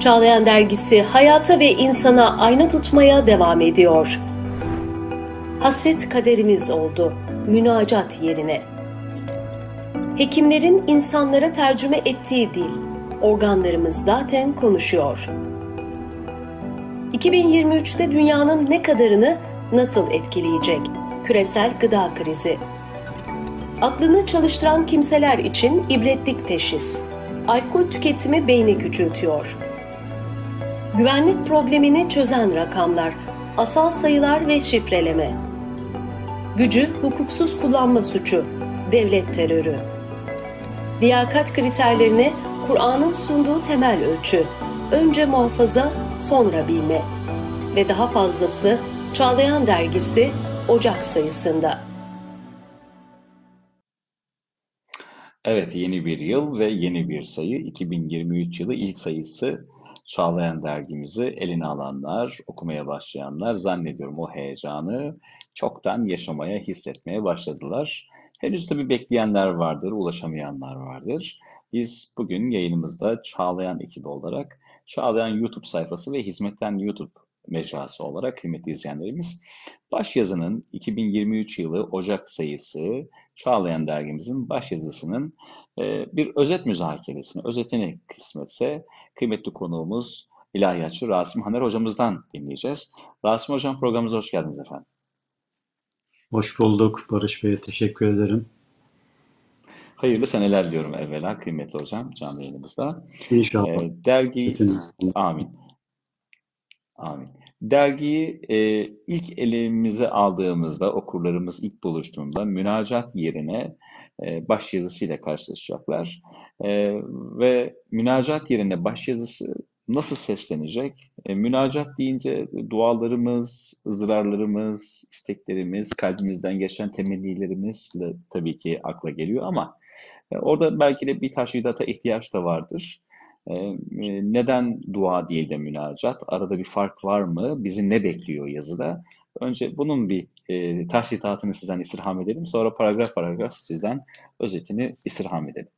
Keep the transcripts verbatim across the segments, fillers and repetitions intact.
Çağlayan Dergisi hayata ve insana ayna tutmaya devam ediyor. Hasret kaderimiz oldu, münacat yerine. Hekimlerin insanlara tercüme ettiği dil, organlarımız zaten konuşuyor. iki bin yirmi üçte dünyanın ne kadarını nasıl etkileyecek? Küresel gıda krizi. Aklını çalıştıran kimseler için ibretlik teşhis. Alkol tüketimi beyni küçültüyor. Güvenlik problemini çözen rakamlar, asal sayılar ve şifreleme. Gücü hukuksuz kullanma suçu, devlet terörü. Liyakat kriterlerine Kur'an'ın sunduğu temel ölçü, önce muhafaza, sonra bilme. Ve daha fazlası Çağlayan Dergisi Ocak sayısında. Evet, yeni bir yıl ve yeni bir sayı. iki bin yirmi üç yılı ilk sayısı Çağlayan Dergimizi eline alanlar, okumaya başlayanlar zannediyorum o heyecanı çoktan yaşamaya, hissetmeye başladılar. Henüz tabii bekleyenler vardır, ulaşamayanlar vardır. Biz bugün yayınımızda Çağlayan ekibi olarak Çağlayan YouTube sayfası ve Hizmetten YouTube mecrası olarak kıymetli izleyenlerimiz, başyazının iki bin yirmi üç yılı Ocak sayısı Çağlayan Dergimizin başyazısının e, bir özet müzakeresini, özetini kısmetse kıymetli konuğumuz ilahiyatçı Rasim Haner hocamızdan dinleyeceğiz. Rasim hocam, programımıza hoş geldiniz efendim. Hoş bulduk Barış Bey'e, teşekkür ederim. Hayırlı seneler diliyorum evvela kıymetli hocam canlı yayınımızda. İnşallah. E, dergi, amin. Amin. Dergiyi e, ilk elimize aldığımızda, okurlarımız ilk buluştuğunda münacat yerine e, başyazısıyla karşılaşacaklar. E, ve münacat yerine başyazısı nasıl seslenecek? E, münacat deyince dualarımız, ızdırarlarımız, isteklerimiz, kalbimizden geçen temennilerimizle tabii ki akla geliyor ama e, orada belki de bir taşhidata ihtiyaç da vardır. Ee, Neden dua değil de münacat? Arada bir fark var mı? Bizi ne bekliyor yazıda? Önce bunun bir e, tahritatını sizden istirham edelim. Sonra paragraf paragraf sizden özetini istirham edelim.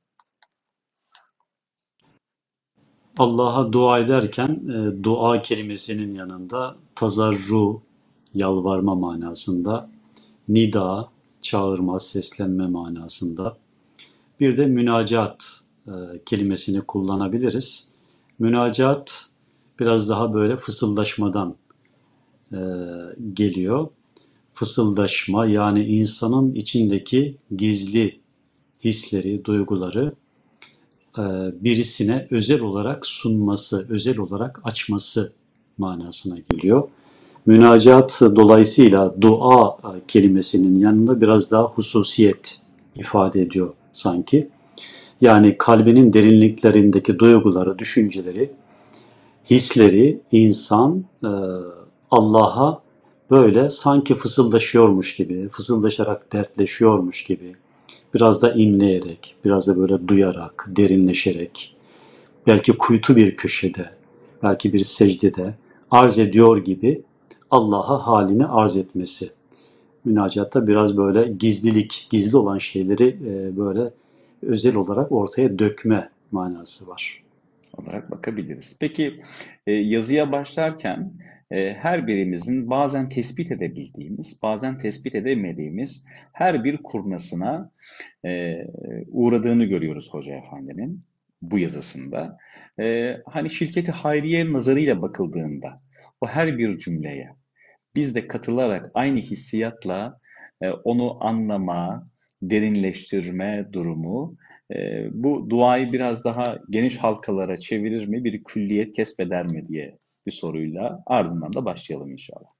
Allah'a dua ederken e, dua kelimesinin yanında tazarru, yalvarma manasında, nida, çağırma, seslenme manasında, bir de münacat e, kelimesini kullanabiliriz. Münacat biraz daha böyle fısıldaşmadan e, geliyor. Fısıldaşma, yani insanın içindeki gizli hisleri, duyguları e, birisine özel olarak sunması, özel olarak açması manasına geliyor. Münacat dolayısıyla dua e, kelimesinin yanında biraz daha hususiyet ifade ediyor sanki. Yani kalbinin derinliklerindeki duyguları, düşünceleri, hisleri insan e, Allah'a böyle sanki fısıldaşıyormuş gibi, fısıldaşarak dertleşiyormuş gibi, biraz da inleyerek, biraz da böyle duyarak, derinleşerek, belki kuytu bir köşede, belki bir secdede arz ediyor gibi Allah'a halini arz etmesi. Münacatta biraz böyle gizlilik, gizli olan şeyleri e, böyle özel olarak ortaya dökme manası var. Olarak bakabiliriz. Peki e, yazıya başlarken e, her birimizin bazen tespit edebildiğimiz, bazen tespit edemediğimiz her bir kurnasına e, uğradığını görüyoruz Hoca Efendi'nin bu yazısında. E, hani şirketi hayriye nazarıyla bakıldığında o her bir cümleye biz de katılarak aynı hissiyatla e, onu anlama, derinleştirme durumu e, bu duayı biraz daha geniş halkalara çevirir mi, bir külliyet kesbeder mi diye bir soruyla ardından da başlayalım inşallah.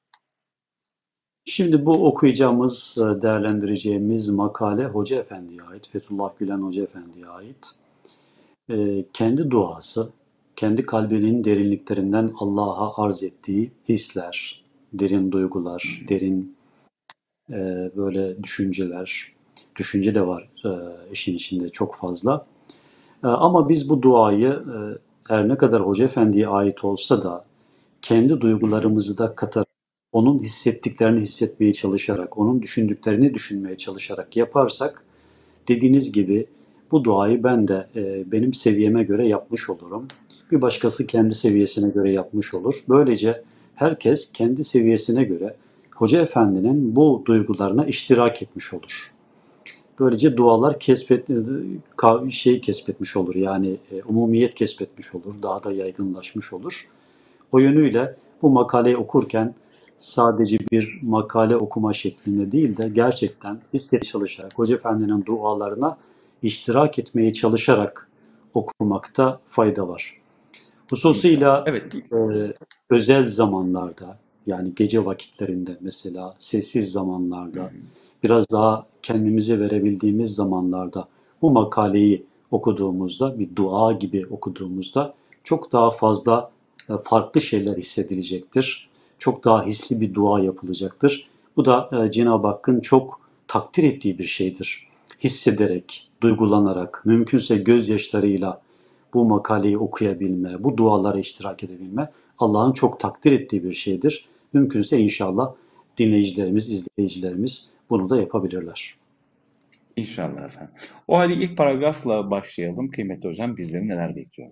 Şimdi bu okuyacağımız, değerlendireceğimiz makale Hoca Efendi'ye ait, Fethullah Gülen Hoca Efendi'ye ait. E, kendi duası, kendi kalbinin derinliklerinden Allah'a arz ettiği hisler, derin duygular, derin e, böyle düşünceler, düşünce de var e, işin içinde çok fazla. E, ama biz bu duayı e, her ne kadar Hoca Efendi'ye ait olsa da kendi duygularımızı da katarak, onun hissettiklerini hissetmeye çalışarak, onun düşündüklerini düşünmeye çalışarak yaparsak, dediğiniz gibi bu duayı ben de e, benim seviyeme göre yapmış olurum. bir başkası kendi seviyesine göre yapmış olur. Böylece herkes kendi seviyesine göre Hoca Efendi'nin bu duygularına iştirak etmiş olur. Böylece dualar kesbet, şey kesbetmiş olur, yani e, umumiyet kesbetmiş olur, daha da yaygınlaşmış olur. O yönüyle bu makaleyi okurken sadece bir makale okuma şeklinde değil de gerçekten isteyerek çalışarak, Hoca Efendi'nin dualarına iştirak etmeye çalışarak okumakta fayda var. İnşallah. Hususuyla Evet. e, özel zamanlarda, yani gece vakitlerinde mesela, sessiz Hı zamanlarda, hı. biraz daha kendimize verebildiğimiz zamanlarda bu makaleyi okuduğumuzda, bir dua gibi okuduğumuzda çok daha fazla e, farklı şeyler hissedilecektir. Çok daha hisli bir dua yapılacaktır. Bu da e, Cenab-ı Hakk'ın çok takdir ettiği bir şeydir. Hissederek, duygulanarak, mümkünse gözyaşlarıyla bu makaleyi okuyabilme, bu dualara iştirak edebilme Allah'ın çok takdir ettiği bir şeydir. Mümkünse inşallah dinleyicilerimiz, izleyicilerimiz bunu da yapabilirler. İnşallah efendim. O halde ilk paragrafla başlayalım. Kıymetli hocam, bizleri neler bekliyor?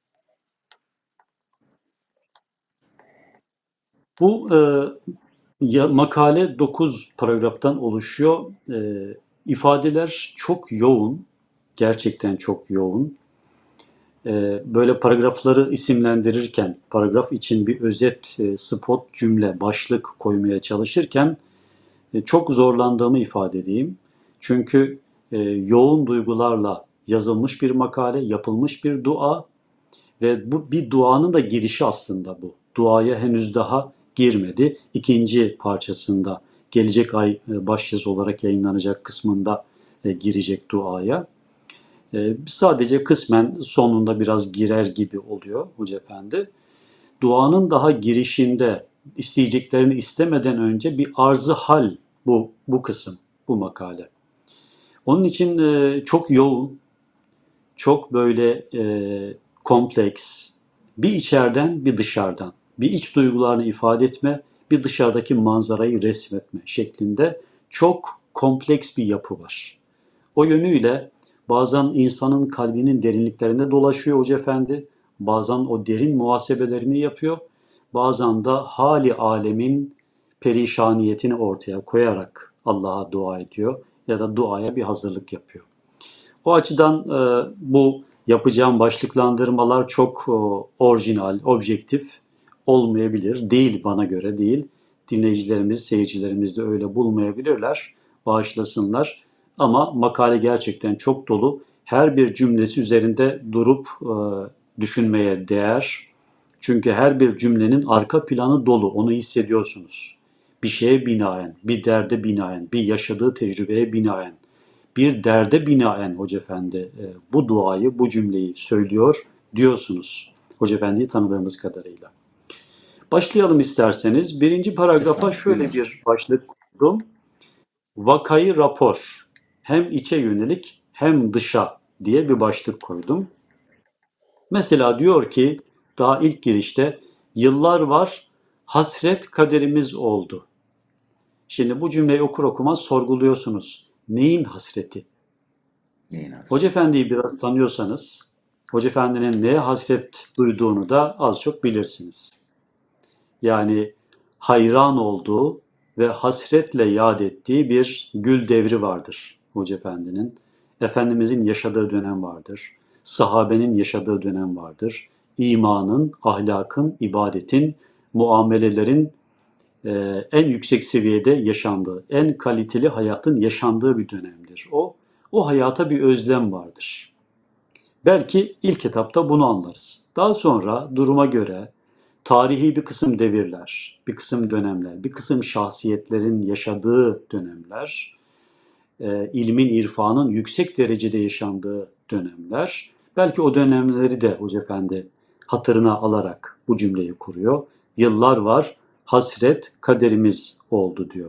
Bu e, ya, makale dokuz paragraftan oluşuyor. E, ifadeler çok yoğun, gerçekten çok yoğun. E, böyle paragrafları isimlendirirken, paragraf için bir özet, e, spot, cümle, başlık koymaya çalışırken e, çok zorlandığımı ifade edeyim. Çünkü e, yoğun duygularla yazılmış bir makale, yapılmış bir dua ve bu bir duanın da girişi aslında bu. Duaya henüz daha girmedi. İkinci parçasında, gelecek ay e, başyazı olarak yayınlanacak kısmında e, girecek duaya. E, sadece kısmen sonunda biraz girer gibi oluyor Hoca Efendi. Duanın daha girişinde isteyeceklerini istemeden önce bir arzı hal bu bu kısım, bu makale. Onun için e, çok yoğun, çok böyle e, kompleks, bir içeriden bir dışarıdan, bir iç duygularını ifade etme, bir dışarıdaki manzarayı resmetme şeklinde çok kompleks bir yapı var. O yönüyle bazen insanın kalbinin derinliklerinde dolaşıyor Hoca Efendi, bazen o derin muhasebelerini yapıyor, bazen de hali alemin perişaniyetini ortaya koyarak Allah'a dua ediyor ya da duaya bir hazırlık yapıyor. O açıdan e, bu yapacağım başlıklandırmalar çok e, orijinal, objektif olmayabilir. Değil, bana göre değil. Dinleyicilerimiz, seyircilerimiz de öyle bulmayabilirler. Bağışlasınlar. Ama makale gerçekten çok dolu. Her bir cümlesi üzerinde durup e, düşünmeye değer. Çünkü her bir cümlenin arka planı dolu. Onu hissediyorsunuz. Bir şeye binaen, bir derde binaen, bir yaşadığı tecrübeye binaen, bir derde binaen Hoca Efendi e, bu duayı, bu cümleyi söylüyor diyorsunuz Hoca Efendi'yi tanıdığımız kadarıyla. Başlayalım isterseniz. Birinci paragrafa Estağfurullah. şöyle Buyurun hocam. bir başlık koydum. Vakayı rapor. Hem içe yönelik hem dışa diye bir başlık koydum. Mesela diyor ki daha ilk girişte, yıllar var hasret kaderimiz oldu. Şimdi bu cümleyi okur okumaz sorguluyorsunuz. Neyin hasreti? Neyin Hoca hasreti? Efendi'yi biraz tanıyorsanız, Hoca Efendi'nin neye hasret duyduğunu da az çok bilirsiniz. Yani hayran olduğu ve hasretle yad ettiği bir gül devri vardır Hoca Efendi'nin. Efendimizin yaşadığı dönem vardır. Sahabenin yaşadığı dönem vardır. İmanın, ahlakın, ibadetin, muamelelerin e, en yüksek seviyede yaşandığı, en kaliteli hayatın yaşandığı bir dönemdir. O, o hayata bir özlem vardır. Belki ilk etapta bunu anlarız. Daha sonra duruma göre tarihi bir kısım devirler, bir kısım dönemler, bir kısım şahsiyetlerin yaşadığı dönemler, e, ilmin, irfanın yüksek derecede yaşandığı dönemler, belki o dönemleri de Hoca Efendi hatırına alarak bu cümleyi kuruyor. Yıllar var, hasret kaderimiz oldu diyor.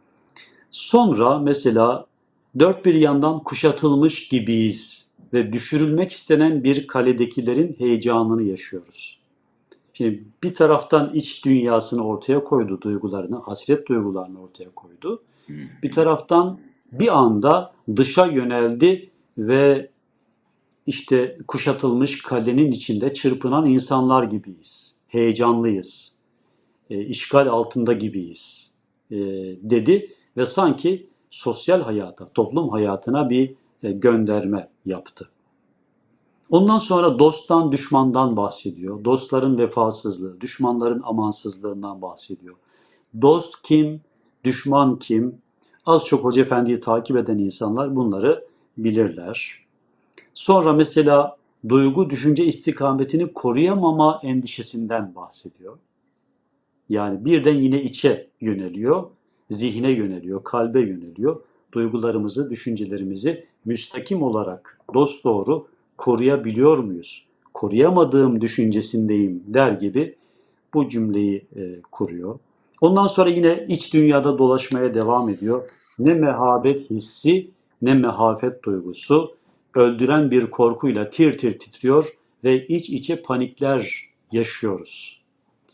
Sonra mesela dört bir yandan kuşatılmış gibiyiz ve düşürülmek istenen bir kaledekilerin heyecanını yaşıyoruz. Şimdi bir taraftan iç dünyasını ortaya koydu, duygularını, hasret duygularını ortaya koydu. Bir taraftan bir anda dışa yöneldi ve işte kuşatılmış kalenin içinde çırpınan insanlar gibiyiz. Heyecanlıyız. E, işgal altında gibiyiz e, dedi ve sanki sosyal hayata, toplum hayatına bir e, gönderme yaptı. Ondan sonra dosttan, düşmandan bahsediyor. Dostların vefasızlığı, düşmanların amansızlığından bahsediyor. Dost kim, düşman kim? Az çok Hoca Efendi'yi takip eden insanlar bunları bilirler. Sonra mesela duygu, düşünce istikametini koruyamama endişesinden bahsediyor. Yani birden yine içe yöneliyor, zihne yöneliyor, kalbe yöneliyor. Duygularımızı, düşüncelerimizi müstakim olarak dosdoğru koruyabiliyor muyuz? Koruyamadığım düşüncesindeyim der gibi bu cümleyi e, kuruyor. Ondan sonra yine iç dünyada dolaşmaya devam ediyor. Ne mehabet hissi ne mehafet duygusu öldüren bir korkuyla tir tir titriyor ve iç içe panikler yaşıyoruz.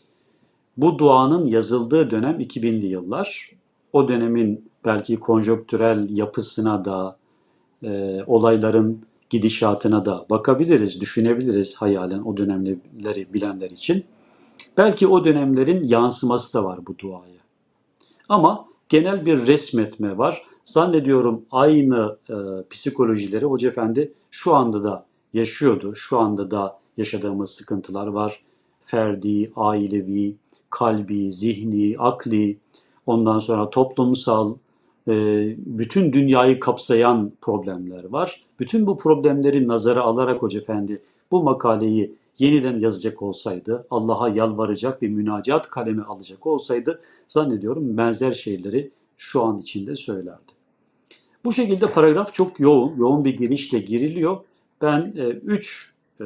Bu duanın yazıldığı dönem iki binli yıllar. O dönemin belki konjonktürel yapısına da, e, olayların gidişatına da bakabiliriz, düşünebiliriz hayalen o dönemleri bilenler için. Belki o dönemlerin yansıması da var bu duaya. Ama genel bir resmetme var. Zannediyorum aynı e, psikolojileri Hoca Efendi şu anda da yaşıyordu. Şu anda da yaşadığımız sıkıntılar var. Ferdi, ailevi, kalbi, zihni, akli, ondan sonra toplumsal, e, bütün dünyayı kapsayan problemler var. Bütün bu problemleri nazara alarak Hoca Efendi bu makaleyi yeniden yazacak olsaydı, Allah'a yalvaracak bir münacat kalemi alacak olsaydı zannediyorum benzer şeyleri şu an içinde söylerdi. Bu şekilde paragraf çok yoğun, yoğun bir girişle giriliyor. Ben e, üç e,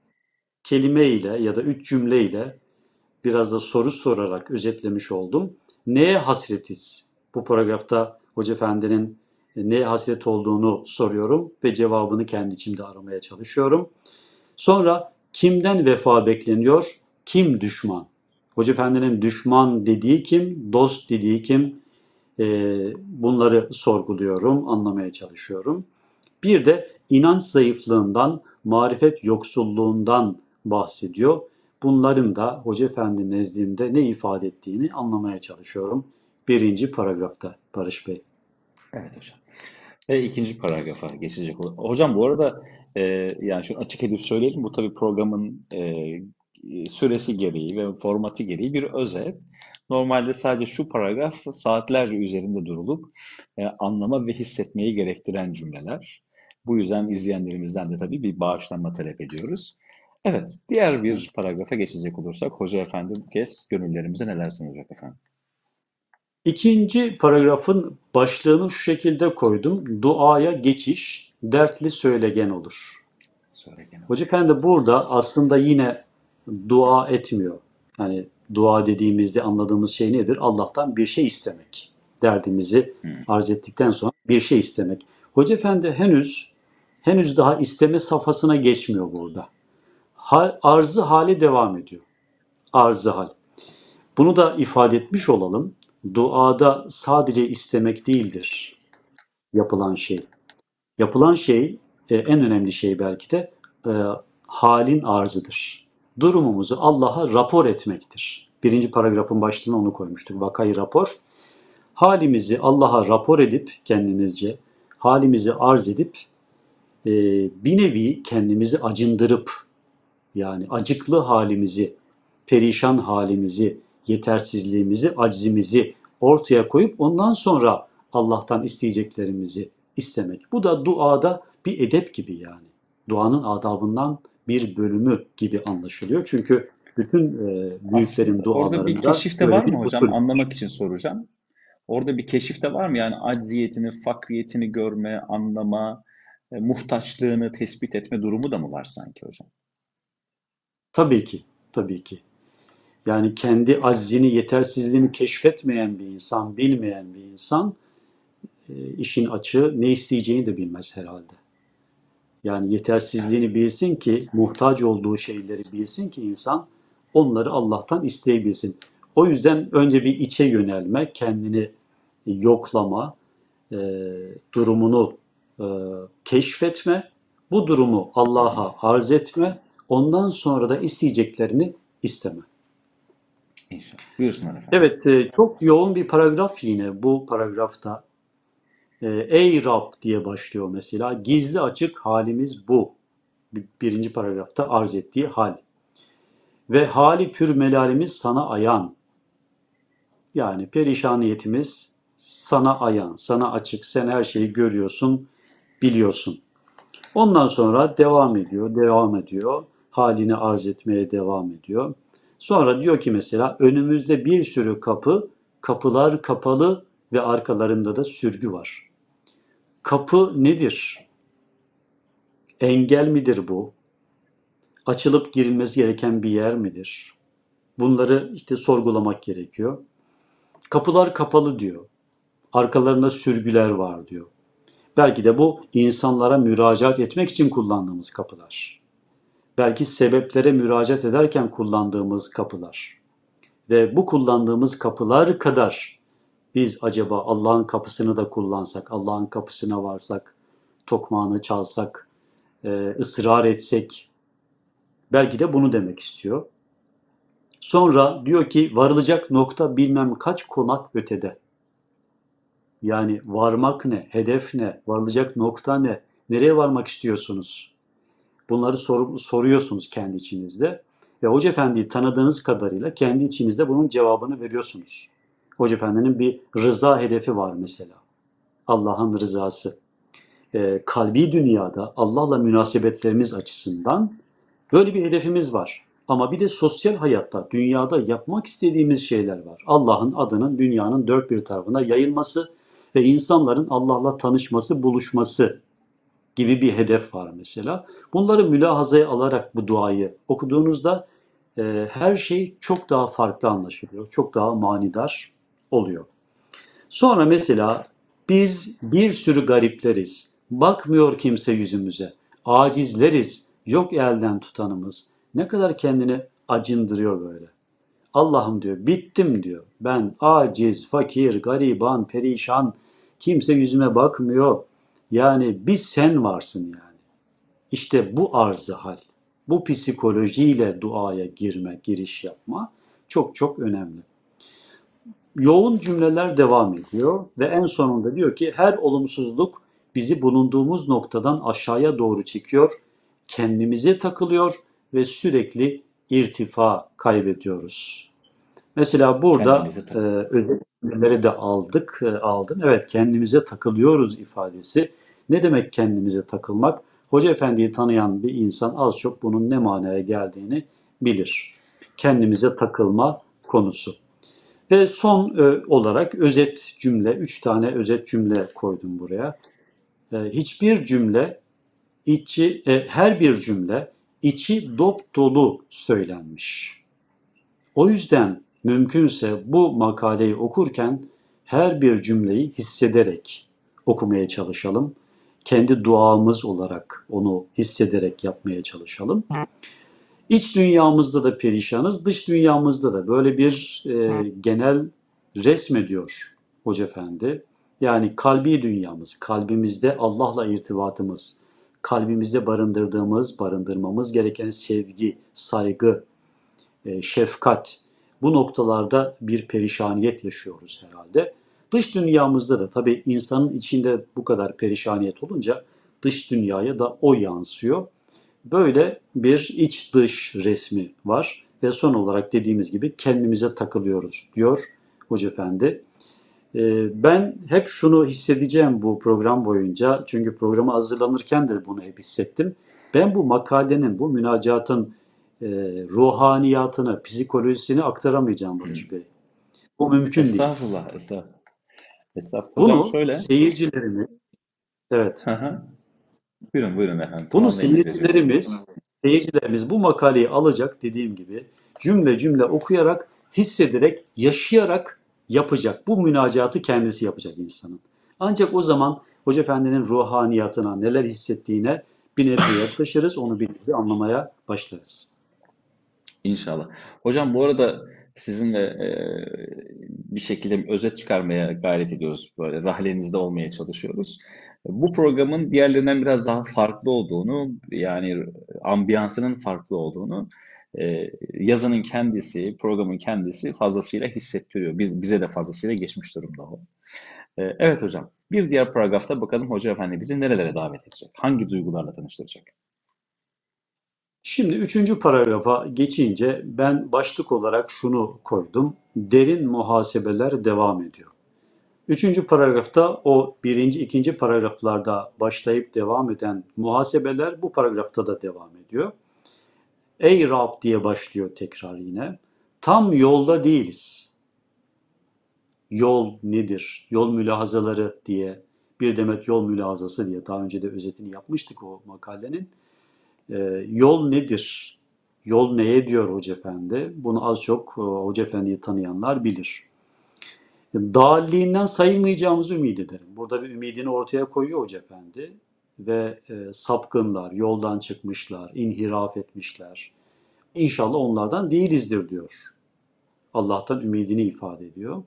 kelime ile ya da üç cümle ile biraz da soru sorarak özetlemiş oldum. Neye hasretiz? Bu paragrafta Hoca Efendi'nin e, neye hasret olduğunu soruyorum ve cevabını kendi içimde aramaya çalışıyorum. Sonra kimden vefa bekleniyor? Kim düşman? Hoca Efendi'nin düşman dediği kim? Dost dediği kim? Ee, bunları sorguluyorum, anlamaya çalışıyorum. Bir de inanç zayıflığından, marifet yoksulluğundan bahsediyor. Bunların da Hoca Efendi nezdinde ne ifade ettiğini anlamaya çalışıyorum. Birinci paragrafta Barış Bey. Evet hocam. Ve ikinci paragrafa geçecek olur. Hocam bu arada e, yani şunu açık edip söyleyelim. Bu tabii programın e, süresi gereği ve formatı gereği bir özet. Normalde sadece şu paragraf saatlerce üzerinde durulup e, anlama ve hissetmeyi gerektiren cümleler. Bu yüzden izleyenlerimizden de tabii bir bağışlanma talep ediyoruz. Evet, diğer bir paragrafa geçecek olursak Hoca Efendi bu kez gönüllerimize neler sunacak efendim? İkinci paragrafın başlığını şu şekilde koydum. Duaya geçiş, dertli söylegen olur. Söylegen Hoca Efendi burada aslında yine dua etmiyor. Yani dua dediğimizde anladığımız şey nedir? Allah'tan bir şey istemek. Derdimizi Hmm. arz ettikten sonra bir şey istemek. Hoca Efendi henüz henüz daha isteme safhasına geçmiyor burada. Ha, arzı hali devam ediyor. Arzı hal. Bunu da ifade etmiş olalım. Duada sadece istemek değildir yapılan şey. Yapılan şey, e, en önemli şey belki de e, halin arzıdır. Durumumuzu Allah'a rapor etmektir. Birinci paragrafın başlığına onu koymuştuk. Vakayı rapor. Halimizi Allah'a rapor edip kendimizce, halimizi arz edip e, bir nevi kendimizi acındırıp, yani acıklı halimizi, perişan halimizi, yetersizliğimizi, aczimizi ortaya koyup ondan sonra Allah'tan isteyeceklerimizi istemek. Bu da duada bir edep gibi yani. Duanın adabından bir bölümü gibi anlaşılıyor. Çünkü bütün e, büyüklerin Aslında orada bir dualarında keşif de böyle var bir mı hocam? usul. Anlamak için soracağım. Orada bir keşif de var mı? Yani acziyetini, fakriyetini görme, anlama, e, muhtaçlığını tespit etme durumu da mı var sanki hocam? Tabii ki, tabii ki. Yani kendi aczini, yetersizliğini keşfetmeyen bir insan, bilmeyen bir insan e, işin açığı ne isteyeceğini de bilmez herhalde. Yani yetersizliğini bilsin ki, muhtaç olduğu şeyleri bilsin ki insan onları Allah'tan isteyebilsin. O yüzden önce bir içe yönelme, kendini yoklama, e, durumunu e, keşfetme, Bu durumu Allah'a arz etme, ondan sonra da isteyeceklerini isteme. İnşallah. Buyursunlar efendim. Evet, e, çok yoğun bir paragraf yine bu paragrafta. E, Ey Rab diye başlıyor mesela. Gizli açık halimiz bu. Bir- Birinci paragrafta arz ettiği hal. Ve hali pür melalimiz sana ayan. Yani perişaniyetimiz sana ayan, sana açık. Sen her şeyi görüyorsun, biliyorsun. Ondan sonra devam ediyor, devam ediyor. Halini arz etmeye devam ediyor. Sonra diyor ki mesela önümüzde bir sürü kapı, kapılar kapalı ve arkalarında da sürgü var. Kapı nedir? Engel midir bu? Açılıp girilmesi gereken bir yer midir? Bunları işte sorgulamak gerekiyor. Kapılar kapalı diyor. Arkalarında sürgüler var diyor. Belki de bu insanlara müracaat etmek için kullandığımız kapılar. Belki sebeplere müracaat ederken kullandığımız kapılar. Ve bu kullandığımız kapılar kadar biz acaba Allah'ın kapısını da kullansak, Allah'ın kapısına varsak, tokmağını çalsak, e, ısrar etsek, belki de bunu demek istiyor. Sonra diyor ki varılacak nokta bilmem kaç konak ötede. Yani varmak ne, hedef ne, varılacak nokta ne, nereye varmak istiyorsunuz? Bunları sor, soruyorsunuz kendi içinizde. Ve Hoca Efendi'yi tanıdığınız kadarıyla kendi içinizde bunun cevabını veriyorsunuz. Hoca Efendi'nin bir rıza hedefi var mesela. Allah'ın rızası. Ee, kalbi dünyada Allah'la münasebetlerimiz açısından böyle bir hedefimiz var. Ama bir de sosyal hayatta, dünyada yapmak istediğimiz şeyler var. Allah'ın adının dünyanın dört bir tarafına yayılması ve insanların Allah'la tanışması, buluşması gibi bir hedef var mesela. Bunları mülahazaya alarak bu duayı okuduğunuzda e, her şey çok daha farklı anlaşılıyor. Çok daha manidar oluyor. Sonra mesela biz bir sürü garipleriz. Bakmıyor kimse yüzümüze. Acizleriz. Yok elden tutanımız. Ne kadar kendini acındırıyor böyle. Allah'ım diyor, bittim diyor. Ben aciz, fakir, gariban, perişan. Kimse yüzüme bakmıyor. Yani bir sen varsın yani. İşte bu arzı hal. Bu psikolojiyle duaya girme, giriş yapma çok çok önemli. Yoğun cümleler devam ediyor ve en sonunda diyor ki her olumsuzluk bizi bulunduğumuz noktadan aşağıya doğru çekiyor, kendimize takılıyor ve sürekli irtifa kaybediyoruz. Mesela burada Kendimize e, takın. özet cümleleri de aldık, e, aldım. Evet, kendimize takılıyoruz ifadesi. Ne demek kendimize takılmak? Hoca Efendi'yi tanıyan bir insan az çok bunun ne manaya geldiğini bilir. Kendimize takılma konusu. Ve son e, olarak özet cümle, üç tane özet cümle koydum buraya. E, hiçbir cümle, içi, e, her bir cümle içi dop dolu söylenmiş. O yüzden mümkünse bu makaleyi okurken her bir cümleyi hissederek okumaya çalışalım. Kendi duamız olarak onu hissederek yapmaya çalışalım. İç dünyamızda da perişanız, dış dünyamızda da böyle bir e, genel resmediyor Hoca Efendi. Yani kalbi dünyamız, kalbimizde Allah'la irtibatımız, kalbimizde barındırdığımız, barındırmamız gereken sevgi, saygı, e, şefkat, bu noktalarda bir perişaniyet yaşıyoruz herhalde. Dış dünyamızda da tabii insanın içinde bu kadar perişaniyet olunca dış dünyaya da o yansıyor. Böyle bir iç dış resmi var ve son olarak dediğimiz gibi kendimize takılıyoruz diyor Hoca Efendi. Ee, Ben hep şunu hissedeceğim bu program boyunca, çünkü programa hazırlanırken de bunu hep hissettim. Ben bu makalenin, bu münacatın e, ruhaniyatını, psikolojisini aktaramayacağım Barış Bey. Bu mümkün değil. Estağfurullah, estağfurullah. Estağfurullah. Hocam Bunu şöyle. seyircilerimiz, evet, Hı hı. Buyurun, buyurun efendim. bunu Tamamlayın, rica ediyorum. seyircilerimiz, seyircilerimiz bu makaleyi alacak, dediğim gibi cümle cümle okuyarak, hissederek, yaşayarak yapacak. Bu münacatı kendisi yapacak insanın. Ancak o zaman Hoca Efendi'nin ruhaniyatına, neler hissettiğine bir nebze yaklaşırız, onu bir nebze anlamaya başlarız. İnşallah. Hocam bu arada sizinle e, bir şekilde bir özet çıkarmaya gayret ediyoruz. Böyle rahlenizde olmaya çalışıyoruz. Bu programın diğerlerinden biraz daha farklı olduğunu, yani ambiyansının farklı olduğunu e, yazının kendisi, programın kendisi fazlasıyla hissettiriyor. Biz bize de fazlasıyla geçmiş durumda o. E, evet hocam. Bir diğer paragrafta bakalım Hoca Efendi bizi nerelere davet edecek? Hangi duygularla tanıştıracak? Şimdi üçüncü paragrafa geçince ben başlık olarak şunu koydum. Derin muhasebeler devam ediyor. Üçüncü paragrafta o birinci, ikinci paragraflarda başlayıp devam eden muhasebeler bu paragrafta da devam ediyor. Ey Rab diye başlıyor tekrar yine. Tam yolda değiliz. Yol nedir? Yol mülahazaları diye, bir demet yol mülahazası diye daha önce de özetini yapmıştık o makalenin. Ee, yol nedir? Yol neye diyor Hoca Efendi? Bunu az çok e, Hoca Efendi'yi tanıyanlar bilir. Dağılliğinden sayılmayacağımızı ümit ederim. Burada bir ümidini ortaya koyuyor Hoca Efendi. Ve e, sapkınlar, yoldan çıkmışlar, inhiraf etmişler. İnşallah onlardan değilizdir diyor. Allah'tan ümidini ifade ediyor.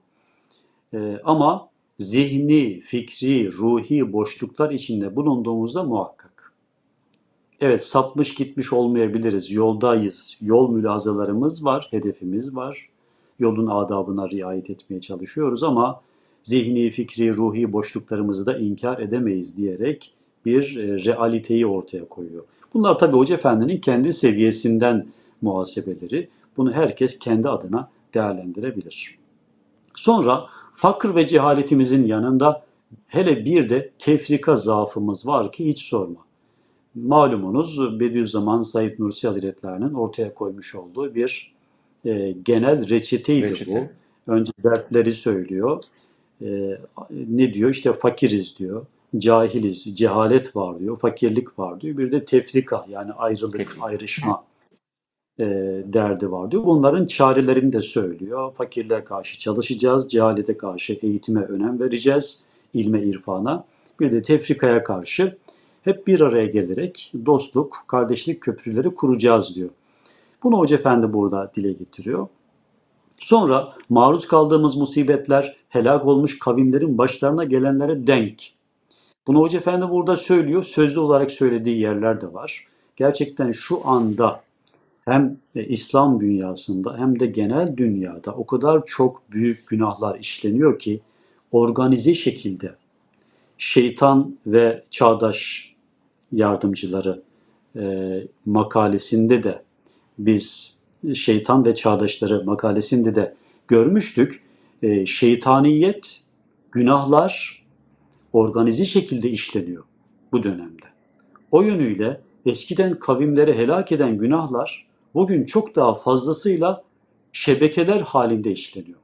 E, ama zihni, fikri, ruhi boşluklar içinde bulunduğumuzda muhakkak. Evet, sapmış gitmiş olmayabiliriz, yoldayız, yol mülazalarımız var, hedefimiz var. Yolun adabına riayet etmeye çalışıyoruz ama zihni, fikri, ruhi boşluklarımızı da inkar edemeyiz diyerek bir e, realiteyi ortaya koyuyor. Bunlar tabii Hoca Efendi'nin kendi seviyesinden muhasebeleri. Bunu herkes kendi adına değerlendirebilir. Sonra fakr ve cehaletimizin yanında hele bir de tefrika zaafımız var ki hiç sorma. Malumunuz Bediüzzaman Said Nursi Hazretlerinin ortaya koymuş olduğu bir e, genel reçeteydi Reçete. bu. Önce dertleri söylüyor. E, ne diyor? İşte fakiriz diyor. Cahiliz, cehalet var diyor. Fakirlik var diyor. Bir de tefrika yani ayrılık, Tefrika. ayrışma e, derdi var diyor. Bunların çarelerini de söylüyor. Fakirliğe karşı çalışacağız. Cehalete karşı eğitime önem vereceğiz. İlme, irfana. Bir de tefrikaya karşı hep bir araya gelerek dostluk, kardeşlik köprüleri kuracağız diyor. Bunu Hoca Efendi burada dile getiriyor. Sonra maruz kaldığımız musibetler helak olmuş kavimlerin başlarına gelenlere denk. Bunu Hoca Efendi burada söylüyor. Sözlü olarak söylediği yerler de var. Gerçekten şu anda hem İslam dünyasında hem de genel dünyada o kadar çok büyük günahlar işleniyor ki organize şekilde şeytan ve çağdaş yardımcıları e, makalesinde de biz şeytan ve çağdaşları makalesinde de görmüştük. E, şeytaniyet, günahlar organize şekilde işleniyor bu dönemde. O yönüyle eskiden kavimleri helak eden günahlar bugün çok daha fazlasıyla şebekeler halinde işleniyor.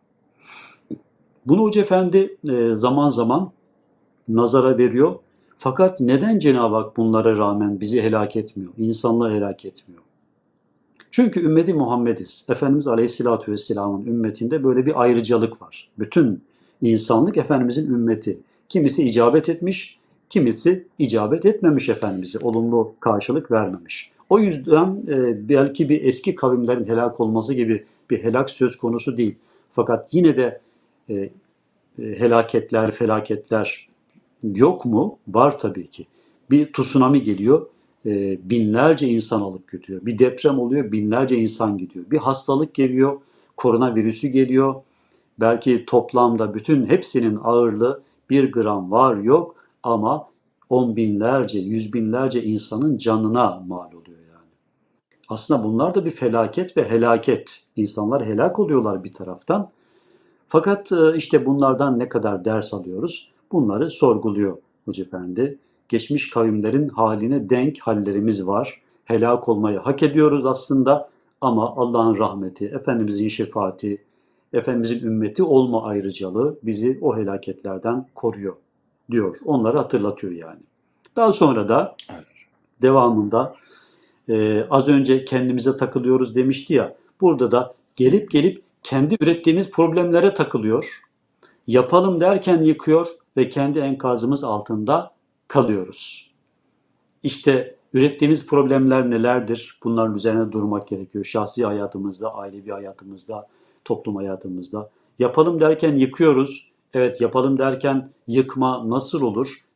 Bunu Hoca Efendi e, zaman zaman nazara veriyor. Fakat neden Cenab-ı Hak bunlara rağmen bizi helak etmiyor, insanlığı helak etmiyor? Çünkü ümmeti Muhammediz. Efendimiz Aleyhisselatü Vesselam'ın ümmetinde böyle bir ayrıcalık var. Bütün insanlık Efendimizin ümmeti. Kimisi icabet etmiş, kimisi icabet etmemiş Efendimiz'e, olumlu karşılık vermemiş. O yüzden e, belki bir eski kavimlerin helak olması gibi bir helak söz konusu değil. Fakat yine de e, e, helaketler, felaketler yok mu? Var tabii ki. Bir tsunami geliyor, e, binlerce insan alıp götürüyor. Bir deprem oluyor, binlerce insan gidiyor. Bir hastalık geliyor, koronavirüsü geliyor. Belki toplamda bütün hepsinin ağırlığı bir gram var yok ama on binlerce, yüz binlerce insanın canına mal oluyor yani. Aslında bunlar da bir felaket ve helaket. İnsanlar helak oluyorlar bir taraftan. Fakat e, işte bunlardan ne kadar ders alıyoruz? Bunları sorguluyor Hoca Efendi. Geçmiş kavimlerin haline denk hallerimiz var. Helak olmayı hak ediyoruz aslında ama Allah'ın rahmeti, Efendimizin şefaati, Efendimizin ümmeti olma ayrıcalığı bizi o helaketlerden koruyor diyor. Onları hatırlatıyor yani. Daha sonra da Evet. devamında e, az önce kendimize takılıyoruz demişti ya. Burada da gelip gelip kendi ürettiğimiz problemlere takılıyor. Yapalım derken yıkıyor ve kendi enkazımız altında kalıyoruz. İşte ürettiğimiz problemler nelerdir? Bunların üzerine durmak gerekiyor. Şahsi hayatımızda, ailevi hayatımızda, toplum hayatımızda. Yapalım derken yıkıyoruz. Evet, yapalım derken yıkma nasıl olur?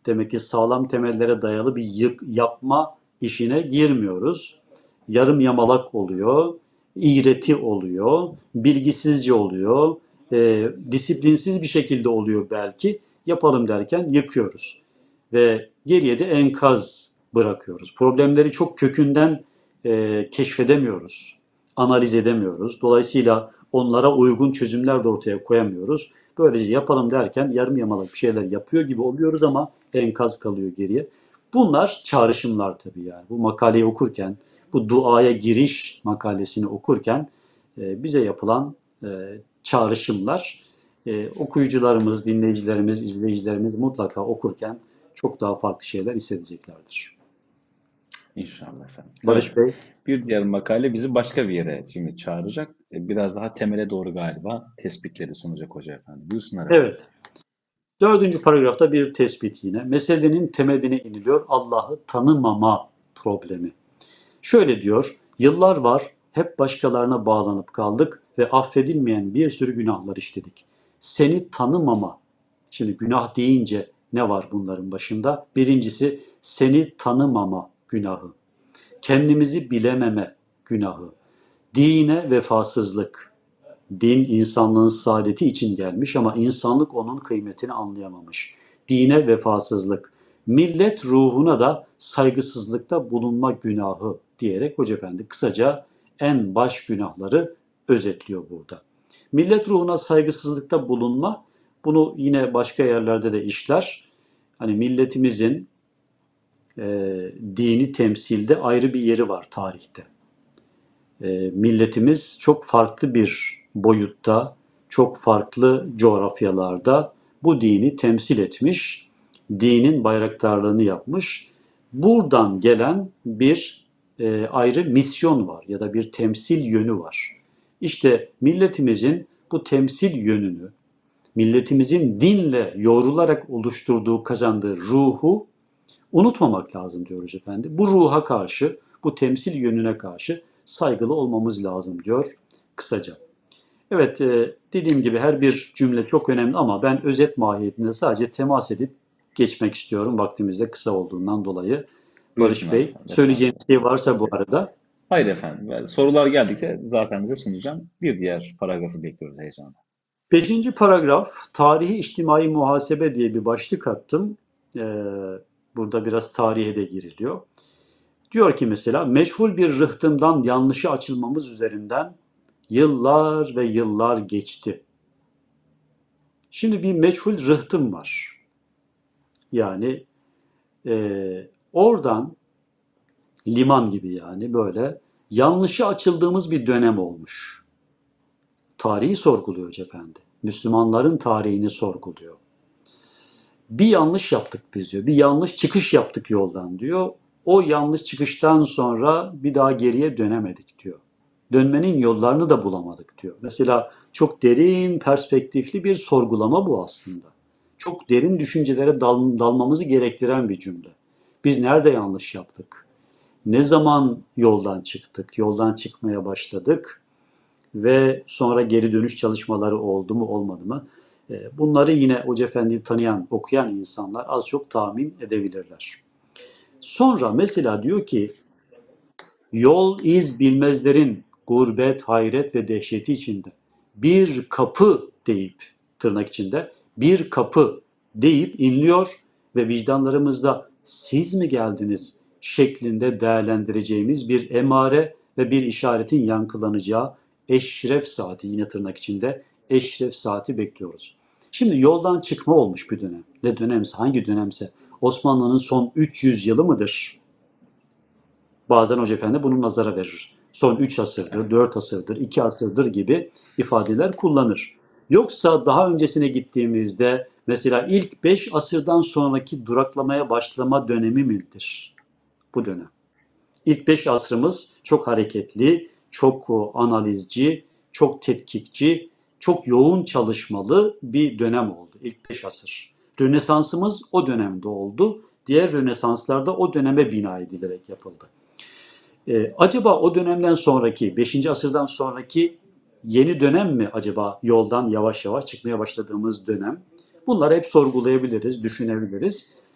Demek ki sağlam temellere dayalı bir yık, yapma işine girmiyoruz. Yarım yamalak oluyor, iğreti oluyor, bilgisizce oluyor, e, disiplinsiz bir şekilde oluyor belki. Yapalım derken yıkıyoruz. Ve geriye de enkaz bırakıyoruz. Problemleri çok kökünden e, keşfedemiyoruz, analiz edemiyoruz. Dolayısıyla onlara uygun çözümler de ortaya koyamıyoruz. Böylece yapalım derken yarım yamalak bir şeyler yapıyor gibi oluyoruz ama enkaz kalıyor geriye. Bunlar çağrışımlar tabii yani. Bu makaleyi okurken, bu duaya giriş makalesini okurken e, bize yapılan e, çağrışımlar, e, okuyucularımız, dinleyicilerimiz, izleyicilerimiz mutlaka okurken çok daha farklı şeyler hissedeceklerdir. İnşallah efendim. Barış Evet. Bey. Bir diğer makale bizi başka bir yere şimdi çağıracak. E, Biraz daha temele doğru galiba tespitleri sunacak hoca efendi. Buyursunlar efendim. Evet. Dördüncü paragrafta bir tespit yine. Meselenin temeline iniliyor Allah'ı tanımama problemi. Şöyle diyor, yıllar var hep başkalarına bağlanıp kaldık ve affedilmeyen bir sürü günahlar işledik. Seni tanımama, şimdi günah deyince ne var bunların başında? Birincisi seni tanımama günahı, kendimizi bilememe günahı, dine vefasızlık. Din insanlığın saadeti için gelmiş ama insanlık onun kıymetini anlayamamış. Dine vefasızlık, millet ruhuna da saygısızlıkta bulunma günahı diyerek Hoca Efendi kısaca en baş günahları özetliyor burada. Millet ruhuna saygısızlıkta bulunma, bunu yine başka yerlerde de işler. Hani milletimizin e, dini temsilde ayrı bir yeri var tarihte. E, milletimiz çok farklı bir boyutta, çok farklı coğrafyalarda bu dini temsil etmiş, dinin bayraktarlığını yapmış. Buradan gelen bir e, ayrı misyon var ya da bir temsil yönü var. İşte milletimizin bu temsil yönünü, milletimizin dinle yoğrularak oluşturduğu, kazandığı ruhu unutmamak lazım diyor Hoca Efendi. Bu ruha karşı, bu temsil yönüne karşı saygılı olmamız lazım diyor kısaca. Evet, e, dediğim gibi her bir cümle çok önemli ama ben özet mahiyetinde sadece temas edip geçmek istiyorum. Vaktimiz de kısa olduğundan dolayı. Barış Buyursunlar Bey, efendim. söyleyeceğiniz şey varsa bu arada. Hayır efendim. Ben- Sorular geldikçe zaten bize sunacağım. Bir diğer paragrafı bekliyoruz heyecanla. Beşinci paragraf, tarihi içtimai muhasebe diye bir başlık attım. Ee, burada biraz tarihe de giriliyor. Diyor ki mesela, meçhul bir rıhtımdan yanlışı açılmamız üzerinden yıllar ve yıllar geçti. Şimdi bir meçhul rıhtım var. Yani e, oradan liman gibi yani böyle yanlışı açıldığımız bir dönem olmuş. Tarihi sorguluyor Hoca Efendi. Müslümanların tarihini sorguluyor. Bir yanlış yaptık biz diyor. Bir yanlış çıkış yaptık yoldan diyor. O yanlış çıkıştan sonra bir daha geriye dönemedik diyor. Dönmenin yollarını da bulamadık diyor. Mesela çok derin perspektifli bir sorgulama bu aslında. Çok derin düşüncelere dal, dalmamızı gerektiren bir cümle. Biz nerede yanlış yaptık? Ne zaman yoldan çıktık? Yoldan çıkmaya başladık ve sonra geri dönüş çalışmaları oldu mu olmadı mı? Bunları yine Hoca Efendi'yi tanıyan, okuyan insanlar az çok tahmin edebilirler. Sonra mesela diyor ki, yol iz bilmezlerin gurbet, hayret ve dehşeti içinde bir kapı deyip, tırnak içinde, bir kapı deyip inliyor ve vicdanlarımızda siz mi geldiniz şeklinde değerlendireceğimiz bir emare ve bir işaretin yankılanacağı eşref saati, yine tırnak içinde eşref saati bekliyoruz. Şimdi yoldan çıkma olmuş bir dönem. Ne dönemse, hangi dönemse, Osmanlı'nın son üç yüz yılı mıdır? Bazen Hoca Efendi bunu nazara verir. Son üç asırdır, dört asırdır, iki asırdır gibi ifadeler kullanır. Yoksa daha öncesine gittiğimizde mesela ilk beş asırdan sonraki duraklamaya başlama dönemi midir? Bu dönem. İlk beş asrımız çok hareketli, çok analizci, çok tetkikçi, çok yoğun çalışmalı bir dönem oldu. İlk beş asır. Rönesansımız o dönemde oldu. Diğer Rönesanslarda o döneme bina edilerek yapıldı. Ee, acaba o dönemden sonraki, beşinci asırdan sonraki yeni dönem mi acaba yoldan yavaş yavaş çıkmaya başladığımız dönem? Bunları hep sorgulayabiliriz, düşünebiliriz.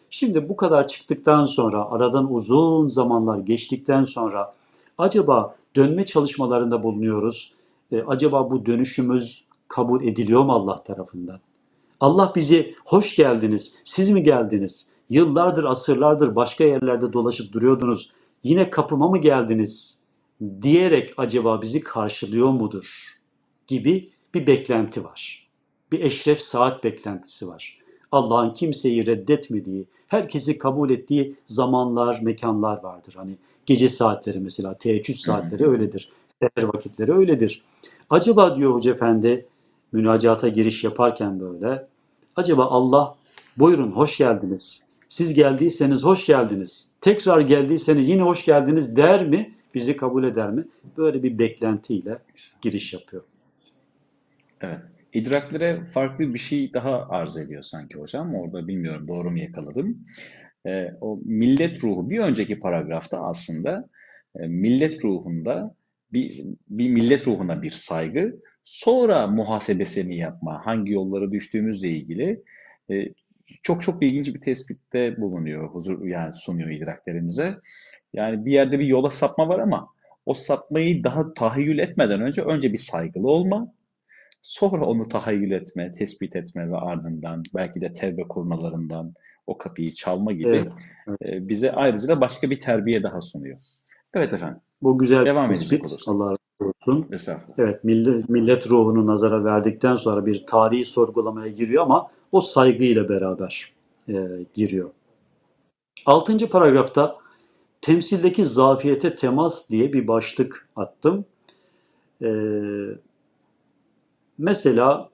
Şimdi bu kadar çıktıktan sonra, aradan uzun zamanlar geçtikten sonra acaba dönme çalışmalarında bulunuyoruz. E, acaba bu dönüşümüz kabul ediliyor mu Allah tarafından? Allah bizi hoş geldiniz, siz mi geldiniz? Yıllardır, asırlardır başka yerlerde dolaşıp duruyordunuz. Yine kapıma mı geldiniz? Diyerek acaba bizi karşılıyor mudur? Gibi bir beklenti var. Bir eşref saat beklentisi var. Allah'ın kimseyi reddetmediği, herkesi kabul ettiği zamanlar, mekanlar vardır. Hani gece saatleri mesela, teheccüd saatleri öyledir. Seher vakitleri öyledir. Acaba diyor Hoca Efendi, münacata giriş yaparken böyle, acaba Allah buyurun hoş geldiniz, siz geldiyseniz hoş geldiniz, tekrar geldiyseniz yine hoş geldiniz der mi, bizi kabul eder mi? Böyle bir beklentiyle giriş yapıyor. Evet. İdraklere farklı bir şey daha arz ediyor sanki hocam. Orada bilmiyorum doğru mu yakaladım. Ee, o millet ruhu bir önceki paragrafta aslında e, millet ruhunda bir, bir millet ruhuna bir saygı, sonra muhasebesini yapma, hangi yollara düştüğümüzle ilgili e, çok çok ilginç bir tespitte bulunuyor, huzur yani sunuyor idraklerimize. Yani bir yerde bir yola sapma var ama o sapmayı daha tahayyül etmeden önce önce bir saygılı olma, sonra onu tahayyül etme, tespit etme ve ardından belki de tevbe kurnalarından o kapıyı çalma gibi Evet, evet. e, bize ayrıca da başka bir terbiye daha sunuyor. Evet efendim, Bu güzel devam bir edecek tespit. olursak. Allah razı olsun. Estağfurullah. Evet, millet, millet ruhunu nazara verdikten sonra bir tarihi sorgulamaya giriyor ama o saygıyla beraber e, giriyor. Altıncı paragrafta temsildeki zafiyete temas diye bir başlık attım. E, mesela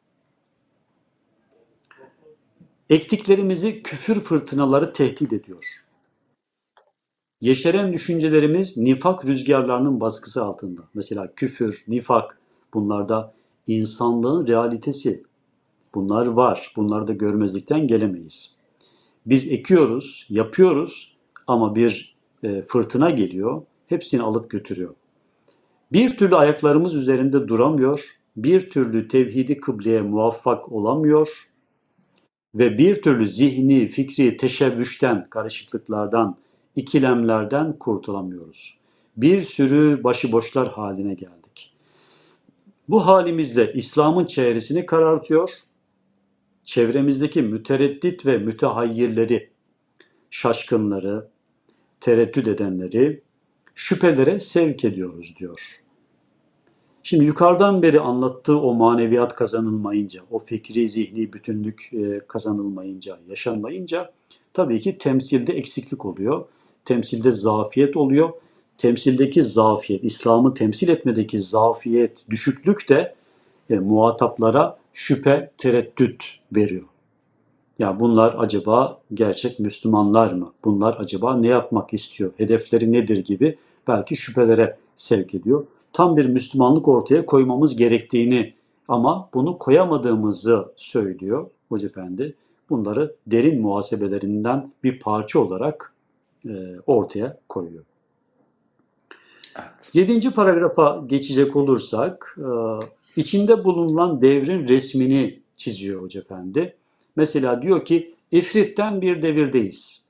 ektiklerimizi küfür fırtınaları tehdit ediyor. Yeşeren düşüncelerimiz nifak rüzgarlarının baskısı altında. Mesela küfür, nifak, bunlarda insanlığın realitesi. Bunlar var. Bunları da görmezlikten gelemeyiz. Biz ekiyoruz, yapıyoruz ama bir e, fırtına geliyor, hepsini alıp götürüyor. Bir türlü ayaklarımız üzerinde duramıyor, bir türlü tevhidi kıbleye muvaffak olamıyor ve bir türlü zihni, fikri teşebbüşten, karışıklıklardan, ikilemlerden kurtulamıyoruz. Bir sürü başıboşlar haline geldik. Bu halimizle İslam'ın çevresini karartıyor, çevremizdeki mütereddit ve mütehayyirleri, şaşkınları, tereddüt edenleri şüphelere sevk ediyoruz diyor. Şimdi yukarıdan beri anlattığı o maneviyat kazanılmayınca, o fikri zihni bütünlük kazanılmayınca, yaşanmayınca tabii ki temsilde eksiklik oluyor. Temsilde zafiyet oluyor. Temsildeki zafiyet, İslam'ı temsil etmedeki zafiyet, düşüklük de e, muhataplara şüphe, tereddüt veriyor. Ya bunlar acaba gerçek Müslümanlar mı? Bunlar acaba ne yapmak istiyor? Hedefleri nedir gibi belki şüphelere sevk ediyor. Tam bir Müslümanlık ortaya koymamız gerektiğini ama bunu koyamadığımızı söylüyor Hoca Efendi. Bunları derin muhasebelerinden bir parça olarak e, ortaya koyuyor. Evet. Yedinci paragrafa geçecek olursak, e, içinde bulunan devrin resmini çiziyor Hoca Efendi. Mesela diyor ki, ifritten bir devirdeyiz.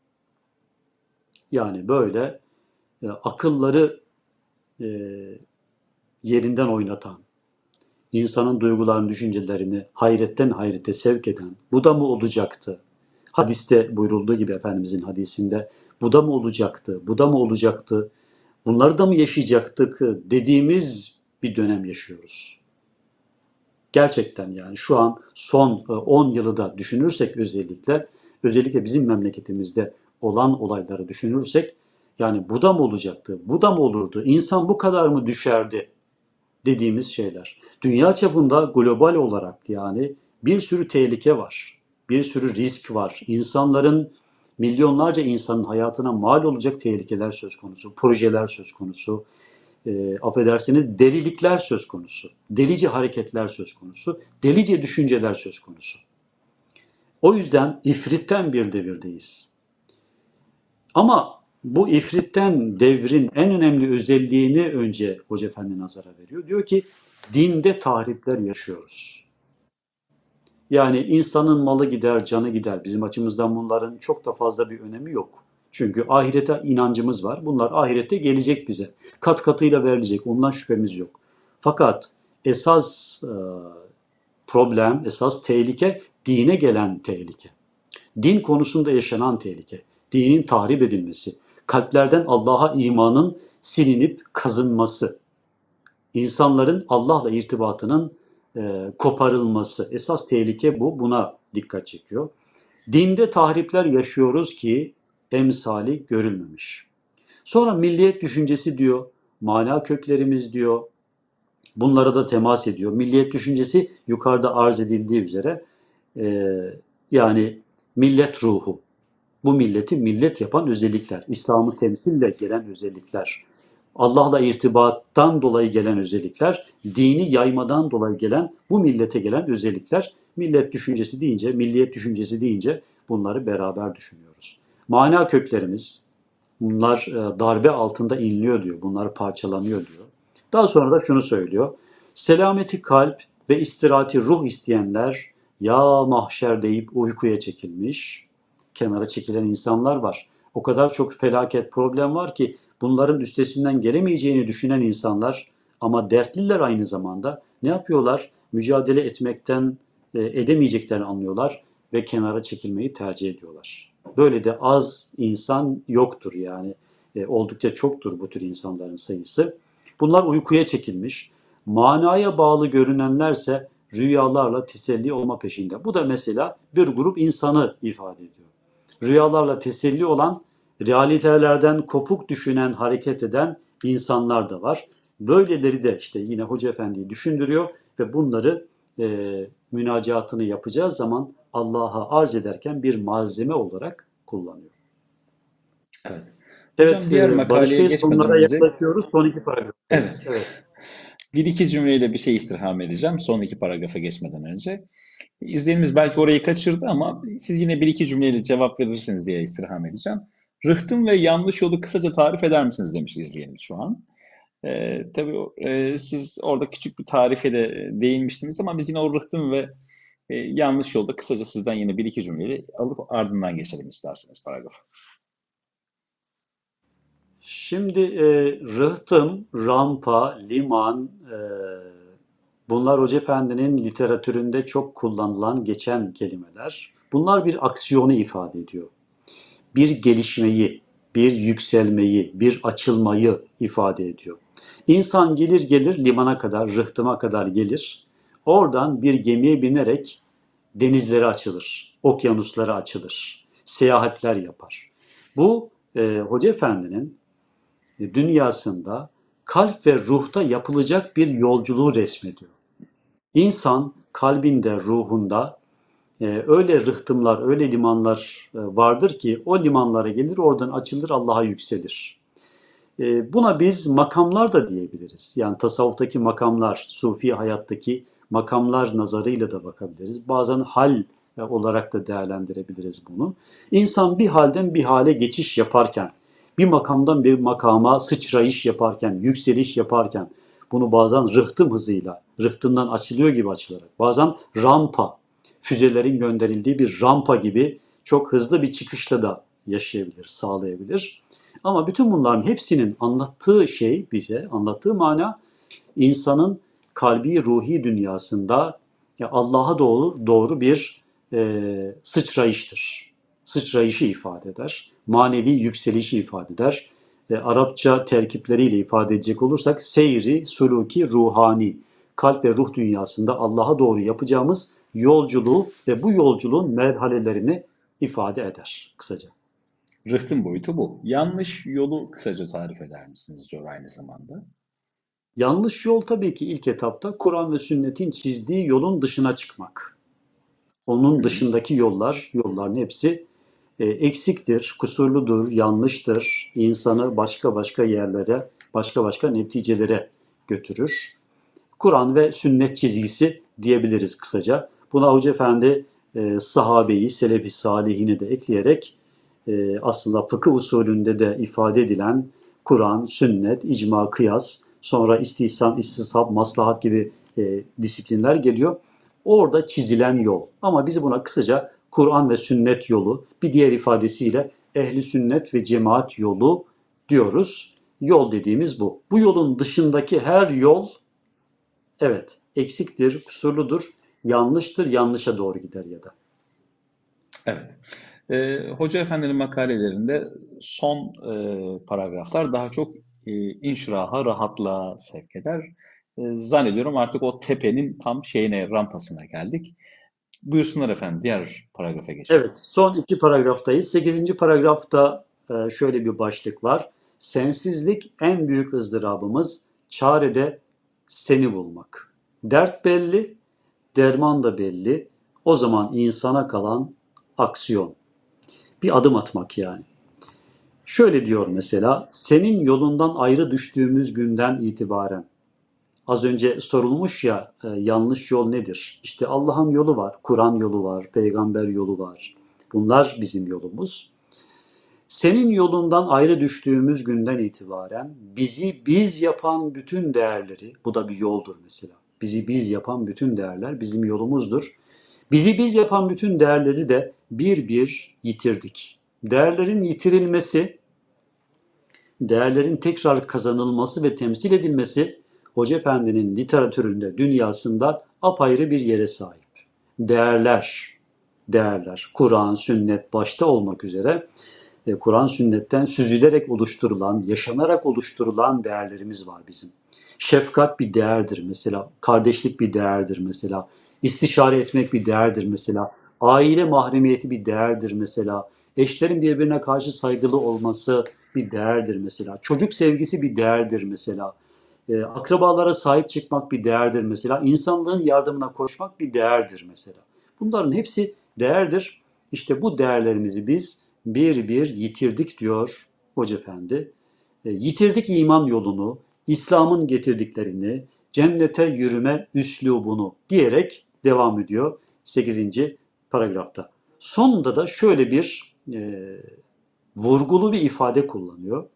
Yani böyle e, akılları e, yerinden oynatan, insanın duygularını, düşüncelerini hayretten hayrete sevk eden, bu da mı olacaktı? Hadiste buyurulduğu gibi Efendimizin hadisinde, bu da mı olacaktı, bu da mı olacaktı, bunları da mı yaşayacaktık dediğimiz bir dönem yaşıyoruz. Gerçekten yani şu an son on yılı da düşünürsek özellikle, özellikle bizim memleketimizde olan olayları düşünürsek, yani bu da mı olacaktı, bu da mı olurdu, insan bu kadar mı düşerdi dediğimiz şeyler. Dünya çapında global olarak yani bir sürü tehlike var, bir sürü risk var. İnsanların, milyonlarca insanın hayatına mal olacak tehlikeler söz konusu, projeler söz konusu, e, affedersiniz delilikler söz konusu, delice hareketler söz konusu, delice düşünceler söz konusu. O yüzden ifritten bir devirdeyiz. Ama bu ifritten devrin en önemli özelliğini önce Hoca Efendi nazara veriyor. Diyor ki dinde tahripler yaşıyoruz. Yani insanın malı gider, canı gider. Bizim açımızdan bunların çok da fazla bir önemi yok. Çünkü ahirete inancımız var. Bunlar ahirette gelecek bize. Kat katıyla verilecek. Ondan şüphemiz yok. Fakat esas e, problem, esas tehlike dine gelen tehlike. Din konusunda yaşanan tehlike. Dinin tahrip edilmesi. Kalplerden Allah'a imanın silinip kazınması. İnsanların Allah'la irtibatının e, koparılması. Esas tehlike bu. Buna dikkat çekiyor. Dinde tahripler yaşıyoruz ki emsali görülmemiş. Sonra milliyet düşüncesi diyor, mana köklerimiz diyor, bunlara da temas ediyor. Milliyet düşüncesi yukarıda arz edildiği üzere e, yani millet ruhu. Bu milleti millet yapan özellikler, İslam'ı temsille gelen özellikler, Allah'la irtibattan dolayı gelen özellikler, dini yaymadan dolayı gelen, bu millete gelen özellikler, millet düşüncesi deyince, milliyet düşüncesi deyince bunları beraber düşünüyoruz. Mana köklerimiz, bunlar e, darbe altında inliyor diyor, bunlar parçalanıyor diyor. Daha sonra da şunu söylüyor, selameti kalp ve istirahati ruh isteyenler, ya mahşer deyip uykuya çekilmiş, kenara çekilen insanlar var. O kadar çok felaket, problem var ki bunların üstesinden gelemeyeceğini düşünen insanlar ama dertliler aynı zamanda ne yapıyorlar? Mücadele etmekten e, edemeyeceklerini anlıyorlar ve kenara çekilmeyi tercih ediyorlar. Böyle de az insan yoktur yani. E, oldukça çoktur bu tür insanların sayısı. Bunlar uykuya çekilmiş. Manaya bağlı görünenlerse rüyalarla teselli olma peşinde. Bu da mesela bir grup insanı ifade ediyor. Rüyalarla teselli olan, realitelerden kopuk düşünen, hareket eden insanlar da var. Böyleleri de işte yine Hoca Efendi'yi düşündürüyor ve bunları e, münacatını yapacağı zaman Allah'a arz ederken bir malzeme olarak kullanıyor. Evet. Hocam Evet, diğer e, Barış makaleye Bey geçmeden sonlara önce yaklaşıyoruz. Son iki paragraftayız. evet, Evet. bir iki cümleyle bir şey istirham edeceğim son iki paragrafa geçmeden önce. İzleyenimiz belki orayı kaçırdı ama siz yine bir iki cümleyle cevap verirsiniz diye istirham edeceğim. Rıhtım ve yanlış yolu kısaca tarif eder misiniz demiş izleyenimiz şu an. Ee, tabii e, siz orada küçük bir tarife de değinmiştiniz ama biz yine o rıhtım ve e, yanlış yolda kısaca sizden yine bir iki cümleyle alıp ardından geçelim isterseniz paragrafa. Şimdi e, rıhtım, rampa, liman, e, bunlar Hoca Efendi'nin literatüründe çok kullanılan, geçen kelimeler. Bunlar bir aksiyonu ifade ediyor. Bir gelişmeyi, bir yükselmeyi, bir açılmayı ifade ediyor. İnsan gelir gelir limana kadar, rıhtıma kadar gelir. Oradan bir gemiye binerek denizlere açılır, okyanuslara açılır, seyahatler yapar. Bu e, Hoca Efendi'nin dünyasında kalp ve ruhta yapılacak bir yolculuğu resmediyor. İnsan kalbinde, ruhunda e, öyle rıhtımlar, öyle limanlar e, vardır ki o limanlara gelir, oradan açılır, Allah'a yükselir. E, buna biz makamlar da diyebiliriz. Yani tasavvuftaki makamlar, sufi hayattaki makamlar nazarıyla da bakabiliriz. Bazen hal e, olarak da değerlendirebiliriz bunu. İnsan bir halden bir hale geçiş yaparken, bir makamdan bir makama sıçrayış yaparken, yükseliş yaparken, bunu bazen rıhtım hızıyla, rıhtımdan açılıyor gibi açılarak, bazen rampa, füzelerin gönderildiği bir rampa gibi çok hızlı bir çıkışla da yaşayabilir, sağlayabilir. Ama bütün bunların hepsinin anlattığı şey bize, anlattığı mana insanın kalbi, ruhi dünyasında Allah'a doğru doğru bir e, sıçrayıştır. Sıçrayışı ifade eder. Manevi yükselişi ifade eder. E, Arapça terkipleriyle ifade edecek olursak seyri, suluki, ruhani, kalp ve ruh dünyasında Allah'a doğru yapacağımız yolculuğu ve bu yolculuğun merhalelerini ifade eder kısaca. Rıhtım boyutu bu. Yanlış yolu kısaca tarif eder misiniz diyor aynı zamanda. Yanlış yol tabii ki ilk etapta Kur'an ve sünnetin çizdiği yolun dışına çıkmak. Onun dışındaki yollar, yolların hepsi e, eksiktir, kusurludur, yanlıştır. İnsanı başka başka yerlere, başka başka neticelere götürür. Kur'an ve sünnet çizgisi diyebiliriz kısaca. Buna Hoca Efendi e, sahabeyi, selefi salihini de ekleyerek e, aslında fıkıh usulünde de ifade edilen Kur'an, sünnet, icma, kıyas, sonra istihsan, istishab, maslahat gibi e, disiplinler geliyor. Orada çizilen yol. Ama biz buna kısaca Kur'an ve sünnet yolu, bir diğer ifadesiyle ehli sünnet ve cemaat yolu diyoruz. Yol dediğimiz bu. Bu yolun dışındaki her yol, evet, eksiktir, kusurludur, yanlıştır, yanlışa doğru gider ya da. Evet. Ee, Hoca Efendi'nin makalelerinde son e, paragraflar daha çok e, inşiraha, rahatlığa sevk eder. E, zannediyorum artık o tepenin tam şeyine, rampasına geldik. Buyursunlar efendim, diğer paragrafa geçelim. Evet, son iki paragraftayız. Sekizinci paragrafta e, şöyle bir başlık var. Sensizlik en büyük ızdırabımız, çarede seni bulmak. Dert belli, derman da belli. O zaman insana kalan aksiyon. Bir adım atmak yani. Şöyle diyor mesela, senin yolundan ayrı düştüğümüz günden itibaren. Az önce sorulmuş ya, e, yanlış yol nedir? İşte Allah'ın yolu var, Kur'an yolu var, peygamber yolu var. Bunlar bizim yolumuz. Senin yolundan ayrı düştüğümüz günden itibaren bizi biz yapan bütün değerleri, bu da bir yoldur mesela. Bizi biz yapan bütün değerler bizim yolumuzdur. Bizi biz yapan bütün değerleri de bir bir yitirdik. Değerlerin yitirilmesi, değerlerin tekrar kazanılması ve temsil edilmesi Hoca Efendi'nin literatüründe, dünyasında apayrı bir yere sahip. Değerler, değerler, Kur'an, sünnet başta olmak üzere e, Kur'an, sünnetten süzülerek oluşturulan, yaşanarak oluşturulan değerlerimiz var bizim. Şefkat bir değerdir mesela, kardeşlik bir değerdir mesela, istişare etmek bir değerdir mesela, aile mahremiyeti bir değerdir mesela, eşlerin birbirine karşı saygılı olması bir değerdir mesela, çocuk sevgisi bir değerdir mesela, e, akrabalara sahip çıkmak bir değerdir mesela, insanlığın yardımına koşmak bir değerdir mesela. Bunların hepsi değerdir. İşte bu değerlerimizi biz bir bir yitirdik diyor Hoca Efendi. E, yitirdik iman yolunu, İslam'ın getirdiklerini, cennete yürüme üslubunu diyerek devam ediyor sekizinci paragrafta. Sonunda da şöyle bir e, vurgulu bir ifade kullanıyor.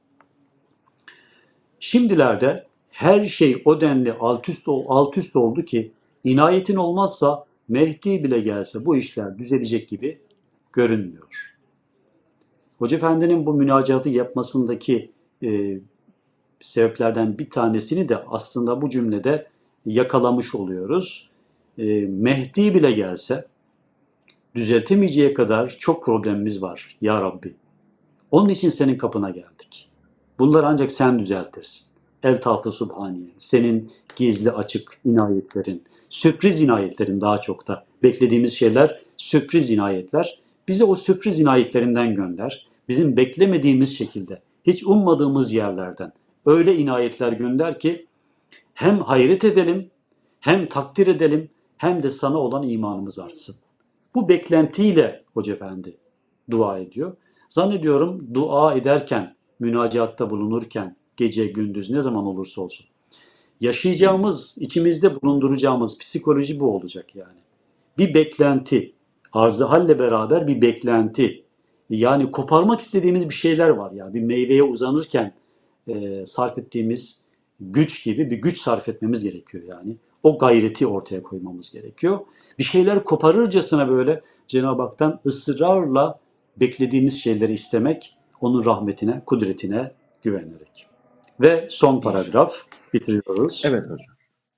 Şimdilerde her şey o denli alt üst, alt üst oldu ki inayetin olmazsa Mehdi bile gelse bu işler düzelecek gibi görünmüyor. Hoca Efendi'nin bu münacatı yapmasındaki e, sebeplerden bir tanesini de aslında bu cümlede yakalamış oluyoruz. E, Mehdi bile gelse düzeltemeyeceği kadar çok problemimiz var ya Rabbi. Onun için senin kapına geldik. Bunları ancak sen düzeltirsin. Eltaf-ı Subhaniye, senin gizli açık inayetlerin, sürpriz inayetlerin daha çok da beklediğimiz şeyler sürpriz inayetler. Bize o sürpriz inayetlerinden gönder. Bizim beklemediğimiz şekilde, hiç ummadığımız yerlerden öyle inayetler gönder ki hem hayret edelim, hem takdir edelim, hem de sana olan imanımız artsın. Bu beklentiyle Hoca Efendi dua ediyor. Zannediyorum dua ederken, münacatta bulunurken, gece gündüz ne zaman olursa olsun, yaşayacağımız, içimizde bulunduracağımız psikoloji bu olacak yani. Bir beklenti, arz-ı halle beraber bir beklenti. Yani koparmak istediğimiz bir şeyler var ya. Bir meyveye uzanırken e, sarf ettiğimiz güç gibi bir güç sarf etmemiz gerekiyor yani. O gayreti ortaya koymamız gerekiyor. Bir şeyler koparırcasına böyle Cenab-ı Hak'tan ısrarla beklediğimiz şeyleri istemek, onun rahmetine, kudretine güvenerek. Ve son paragraf, bitiriyoruz. Evet hocam.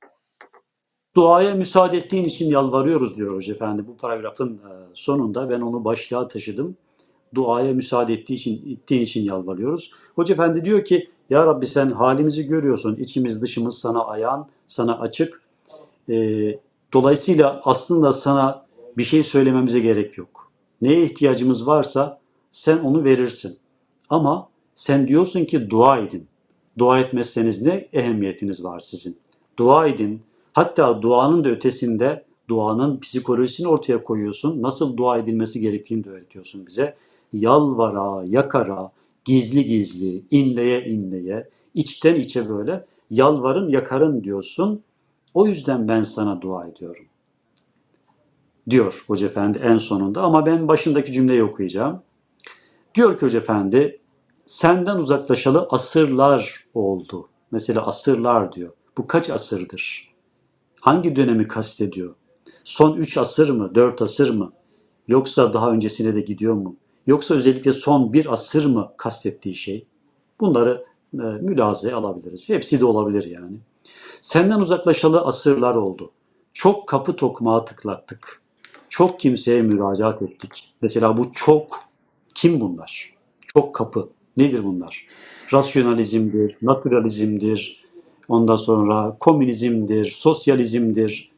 Duaya müsaade ettiğin için yalvarıyoruz diyor Hoca Efendi. Bu paragrafın sonunda ben onu başlığa taşıdım. Duaya müsaade ettiği için, ettiğin için yalvarıyoruz. Hoca Efendi diyor ki, ya Rabbi sen halimizi görüyorsun. İçimiz dışımız sana ayağın, sana açık. Ee, dolayısıyla aslında sana bir şey söylememize gerek yok. Neye ihtiyacımız varsa sen onu verirsin. Ama sen diyorsun ki dua edin. Dua etmezseniz ne ehemmiyetiniz var sizin? Dua edin. Hatta duanın da ötesinde duanın psikolojisini ortaya koyuyorsun. Nasıl dua edilmesi gerektiğini de öğretiyorsun bize. Yalvara, yakara, gizli gizli, inleye inleye, içten içe böyle yalvarın, yakarın diyorsun. O yüzden ben sana dua ediyorum. Diyor Hoca Efendi en sonunda ama ben başındaki cümleyi okuyacağım. Diyor ki Hoca Efendi, senden uzaklaşalı asırlar oldu. Mesela asırlar diyor. Bu kaç asırdır? Hangi dönemi kastediyor? Son üç asır mı, dört asır mı? Yoksa daha öncesine de gidiyor mu? Yoksa özellikle son bir asır mı kastettiği şey? Bunları e, mülahazaya alabiliriz. Hepsi de olabilir yani. Senden uzaklaşalı asırlar oldu. Çok kapı tokmağı tıklattık. Çok kimseye müracaat ettik. Mesela bu çok, kim bunlar? Çok kapı. Nedir bunlar? Rasyonalizmdir, naturalizmdir, ondan sonra komünizmdir, sosyalizmdir.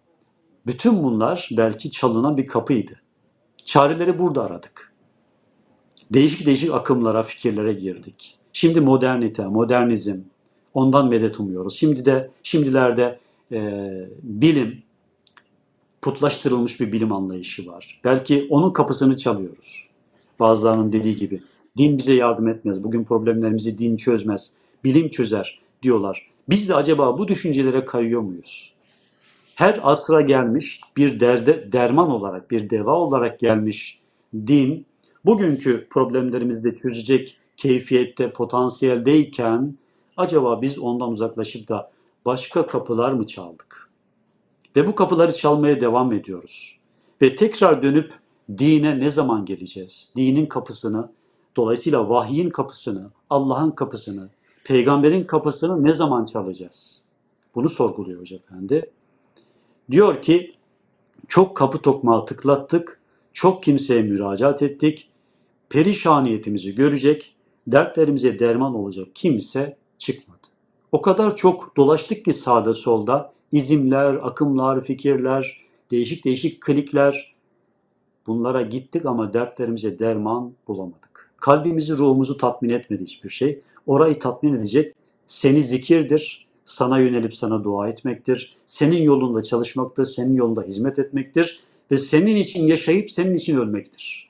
Bütün bunlar belki çalınan bir kapıydı. Çareleri burada aradık. Değişik değişik akımlara, fikirlere girdik. Şimdi modernite, modernizm, ondan medet umuyoruz. Şimdi de, şimdilerde e, bilim, putlaştırılmış bir bilim anlayışı var. Belki onun kapısını çalıyoruz. Bazılarının dediği gibi. Din bize yardım etmez. Bugün problemlerimizi din çözmez. Bilim çözer diyorlar. Biz de acaba bu düşüncelere kayıyor muyuz? Her asra gelmiş bir derde, derman olarak, bir deva olarak gelmiş din, bugünkü problemlerimizi de çözecek keyfiyette, potansiyeldeyken acaba biz ondan uzaklaşıp da başka kapılar mı çaldık? Ve bu kapıları çalmaya devam ediyoruz. Ve tekrar dönüp dine ne zaman geleceğiz? Dinin kapısını, dolayısıyla vahyin kapısını, Allah'ın kapısını, peygamberin kapısını ne zaman çalacağız? Bunu sorguluyor Hoca Efendi. Diyor ki, çok kapı tokmağı tıklattık, çok kimseye müracaat ettik, perişaniyetimizi görecek, dertlerimize derman olacak kimse çıkmadı. O kadar çok dolaştık ki sağda solda, izimler, akımlar, fikirler, değişik değişik klikler, bunlara gittik ama dertlerimize derman bulamadık. Kalbimizi, ruhumuzu tatmin etmedi hiçbir şey. Orayı tatmin edecek seni zikirdir, sana yönelip sana dua etmektir, senin yolunda çalışmaktır, senin yolunda hizmet etmektir ve senin için yaşayıp senin için ölmektir.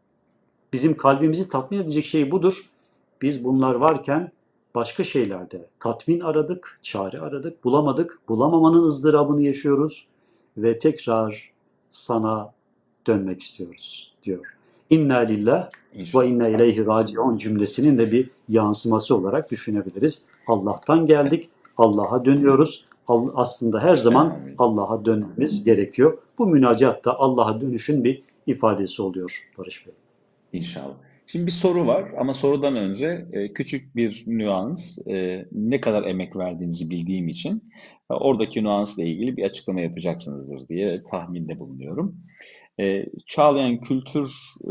Bizim kalbimizi tatmin edecek şey budur. Biz bunlar varken başka şeylerde tatmin aradık, çare aradık, bulamadık. Bulamamanın ızdırabını yaşıyoruz ve tekrar sana dönmek istiyoruz diyor. İnna lillah ve inna ileyhi raciun cümlesinin de bir yansıması olarak düşünebiliriz. Allah'tan geldik, Allah'a dönüyoruz. Aslında her zaman Allah'a dönmemiz gerekiyor. Bu münacat da Allah'a dönüşün bir ifadesi oluyor Barış Bey. İnşallah. Şimdi bir soru var ama sorudan önce e, küçük bir nüans. E, ne kadar emek verdiğinizi bildiğim için e, oradaki nüansla ilgili bir açıklama yapacaksınızdır diye tahminde bulunuyorum. E, Çağlayan Kültür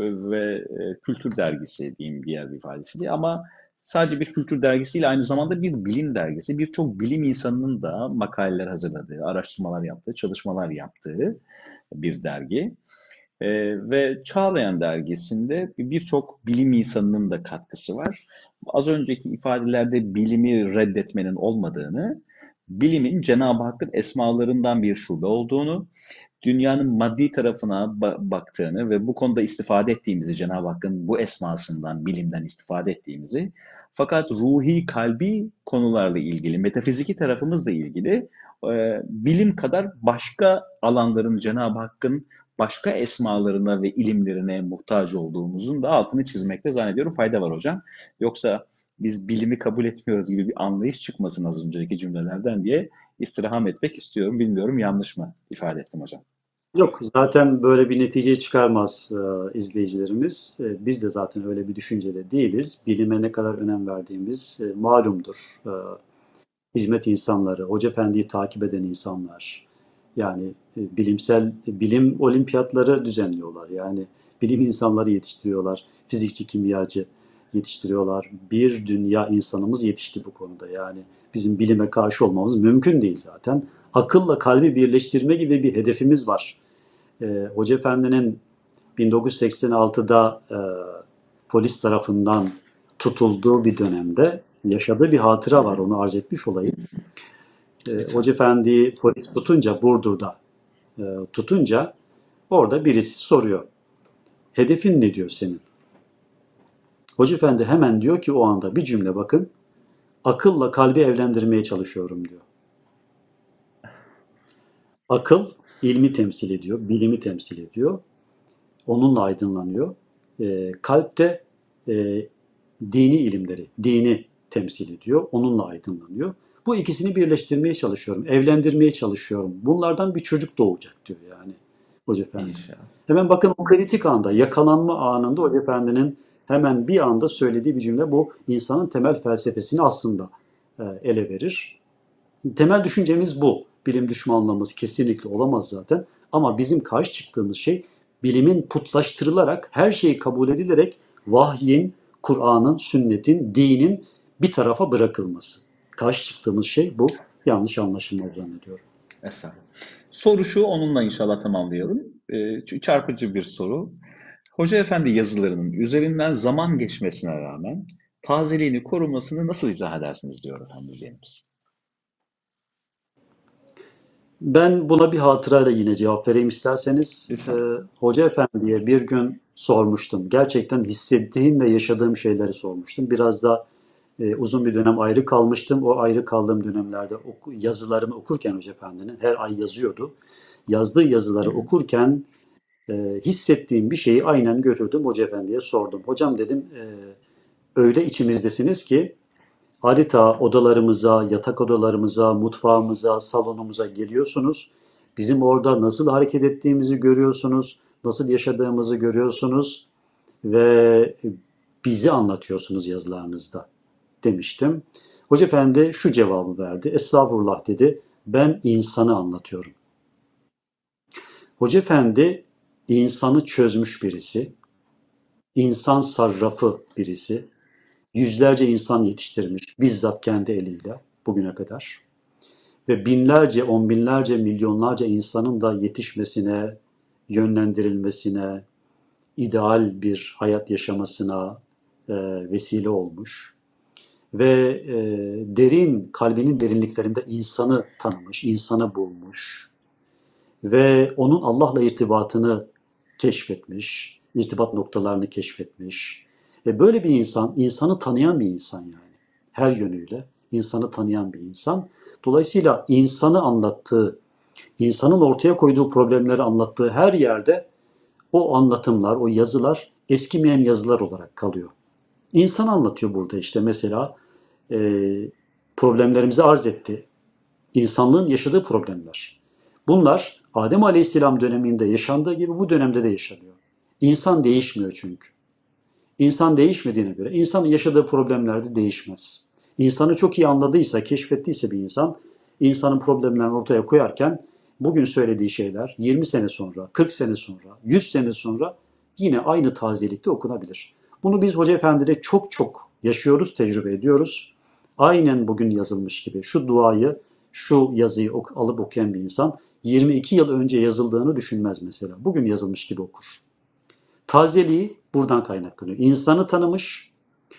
ve e, Kültür Dergisi diyeyim diğer bir ifadesiyle ama sadece bir kültür dergisi değil aynı zamanda bir bilim dergisi. Birçok bilim insanının da makaleler hazırladığı, araştırmalar yaptığı, çalışmalar yaptığı bir dergi. Ee, ve Çağlayan dergisinde birçok bilim insanının da katkısı var. Az önceki ifadelerde bilimi reddetmenin olmadığını, bilimin Cenab-ı Hakk'ın esmalarından bir şube olduğunu, dünyanın maddi tarafına ba- baktığını ve bu konuda istifade ettiğimizi, Cenab-ı Hakk'ın bu esmasından, bilimden istifade ettiğimizi, fakat ruhi, kalbi konularla ilgili, metafiziki tarafımızla ilgili e, bilim kadar başka alanların Cenab-ı Hakk'ın başka esmalarına ve ilimlerine muhtaç olduğumuzun da altını çizmekte zannediyorum fayda var hocam. Yoksa biz bilimi kabul etmiyoruz gibi bir anlayış çıkmasın az önceki cümlelerden diye istirham etmek istiyorum. Bilmiyorum yanlış mı ifade ettim hocam? Yok, zaten böyle bir netice çıkarmaz e, izleyicilerimiz. E, biz de zaten öyle bir düşüncede değiliz. Bilime ne kadar önem verdiğimiz e, malumdur. E, hizmet insanları, Hoca Efendi'yi takip eden insanlar, yani e, bilimsel bilim olimpiyatları düzenliyorlar. Yani bilim insanları yetiştiriyorlar, fizikçi, kimyacı yetiştiriyorlar. Bir dünya insanımız yetişti bu konuda. Yani bizim bilime karşı olmamız mümkün değil zaten. Akılla kalbi birleştirme gibi bir hedefimiz var. E, Hoca Efendi'nin bin dokuz yüz seksen altıda e, polis tarafından tutulduğu bir dönemde yaşadığı bir hatıra var. Onu arz etmiş olayım. E, Hoca Efendi'yi polis tutunca, Burdur'da e, tutunca orada birisi soruyor. Hedefin ne diyor senin? Hoca Efendi hemen diyor ki o anda bir cümle bakın. Akılla kalbi evlendirmeye çalışıyorum diyor. Akıl ilmi temsil ediyor, bilimi temsil ediyor. Onunla aydınlanıyor. E, kalp de e, dini ilimleri, dini temsil ediyor. Onunla aydınlanıyor. Bu ikisini birleştirmeye çalışıyorum, evlendirmeye çalışıyorum. Bunlardan bir çocuk doğacak diyor yani Hoca Efendi. İnşallah. Hemen bakın o kritik anda, yakalanma anında Hoca Efendi'nin hemen bir anda söylediği bir cümle bu insanın temel felsefesini aslında e, ele verir. Temel düşüncemiz bu. Bilim düşmanlığımız kesinlikle olamaz zaten. Ama bizim karşı çıktığımız şey bilimin putlaştırılarak, her şeyi kabul edilerek vahyin, Kur'an'ın, sünnetin, dinin bir tarafa bırakılması. Karşı çıktığımız şey bu. Yanlış anlaşılmaz zannediyorum. Estağfurullah. Soru şu, onunla inşallah tamamlayalım. Ee, çarpıcı bir soru. Hoca Efendi yazılarının üzerinden zaman geçmesine rağmen tazeliğini korumasını nasıl izah edersiniz diyor efendim izleyenimiz. Ben buna bir hatırayla yine cevap vereyim isterseniz. Lütfen. Ee, Hoca Efendi'ye bir gün sormuştum. Gerçekten hissettiğim ve yaşadığım şeyleri sormuştum. Biraz da e, uzun bir dönem ayrı kalmıştım. O ayrı kaldığım dönemlerde oku, yazılarını okurken Hoca Efendi'nin her ay yazıyordu. Yazdığı yazıları Hı hı. okurken e, hissettiğim bir şeyi aynen götürdüm Hoca Efendi'ye sordum. Hocam dedim e, öyle içimizdesiniz ki harita odalarımıza, yatak odalarımıza, mutfağımıza, salonumuza geliyorsunuz. Bizim orada nasıl hareket ettiğimizi görüyorsunuz, nasıl yaşadığımızı görüyorsunuz ve bizi anlatıyorsunuz yazılarınızda demiştim. Hoca Efendi şu cevabı verdi. Estağfurullah dedi. Ben insanı anlatıyorum. Hoca Efendi insanı çözmüş birisi, insan sarrafı birisi, yüzlerce insan yetiştirmiş bizzat kendi eliyle bugüne kadar. Ve binlerce, on binlerce, milyonlarca insanın da yetişmesine, yönlendirilmesine, ideal bir hayat yaşamasına e, vesile olmuş. Ve e, derin, kalbinin derinliklerinde insanı tanımış, insanı bulmuş. Ve onun Allah'la irtibatını keşfetmiş, irtibat noktalarını keşfetmiş. E böyle bir insan, insanı tanıyan bir insan yani. Her yönüyle insanı tanıyan bir insan. Dolayısıyla insanı anlattığı, insanın ortaya koyduğu problemleri anlattığı her yerde o anlatımlar, o yazılar eskimeyen yazılar olarak kalıyor. İnsan anlatıyor burada işte mesela e, problemlerimizi arz etti. İnsanlığın yaşadığı problemler. Bunlar Adem Aleyhisselam döneminde yaşandığı gibi bu dönemde de yaşanıyor. İnsan değişmiyor çünkü. İnsan değişmediğine göre insanın yaşadığı problemler de değişmez. İnsanı çok iyi anladıysa, keşfettiyse bir insan, insanın problemlerini ortaya koyarken bugün söylediği şeyler yirmi sene sonra, kırk sene sonra, yüz sene sonra yine aynı tazelikte okunabilir. Bunu biz Hoca Efendi'de çok çok yaşıyoruz, tecrübe ediyoruz. Aynen bugün yazılmış gibi şu duayı, şu yazıyı ok- alıp okuyan bir insan yirmi iki yıl önce yazıldığını düşünmez mesela. Bugün yazılmış gibi okur. Tazeliği buradan kaynaklanıyor. İnsanı tanımış.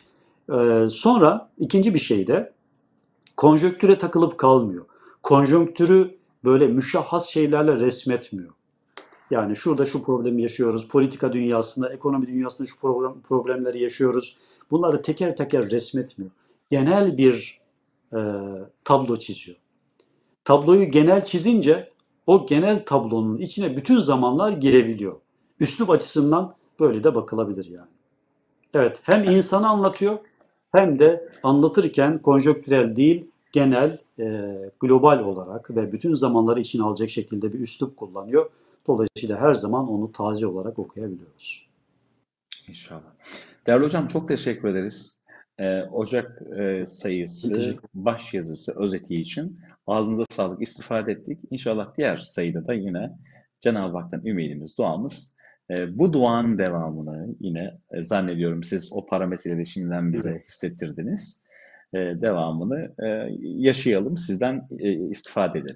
Ee, sonra ikinci bir şey de konjonktüre takılıp kalmıyor. Konjonktürü böyle müşahhas şeylerle resmetmiyor. Yani şurada şu problemi yaşıyoruz, politika dünyasında, ekonomi dünyasında şu problem, problemleri yaşıyoruz. Bunları teker teker resmetmiyor. Genel bir e, tablo çiziyor. Tabloyu genel çizince o genel tablonun içine bütün zamanlar girebiliyor. Üslup açısından böyle de bakılabilir yani. Evet, hem insanı anlatıyor hem de anlatırken konjonktürel değil, genel, e, global olarak ve bütün zamanları içine alacak şekilde bir üslup kullanıyor. Dolayısıyla her zaman onu taze olarak okuyabiliyoruz. İnşallah. Değerli hocam çok teşekkür ederiz. Ee, Ocak e, sayısı, Teşekkür baş yazısı, özeti için ağzınıza sağlık, istifade ettik. İnşallah diğer sayıda da yine Cenab-ı Hak'tan ümidimiz, duamız. E, bu duanın devamını yine e, zannediyorum siz o parametreleri şimdiden bize Evet. hissettirdiniz. E, devamını e, yaşayalım, sizden e, istifade edelim.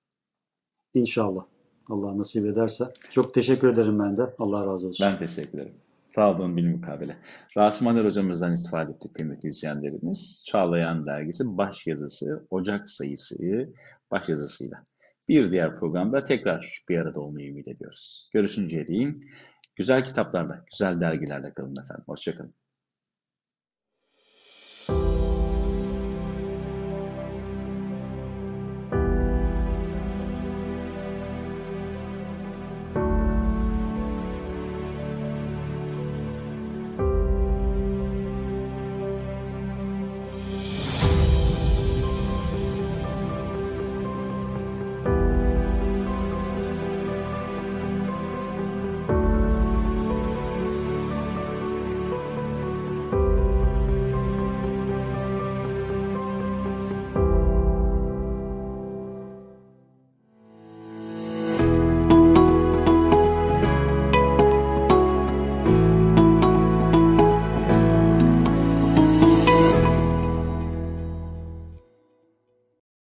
İnşallah. Allah nasip ederse. Çok teşekkür ederim ben de. Allah razı olsun. Ben teşekkür ederim. Sağ olun bilmukabele. Rasim Aner hocamızdan istifade ettik kıymetli izleyenlerimiz. Çağlayan Dergisi baş yazısı, Ocak sayısı baş yazısıyla. Bir diğer programda tekrar bir arada olmayı ümit ediyoruz. Görüşünceye değin güzel kitaplarla, güzel dergilerle kalın efendim. Hoşça kalın.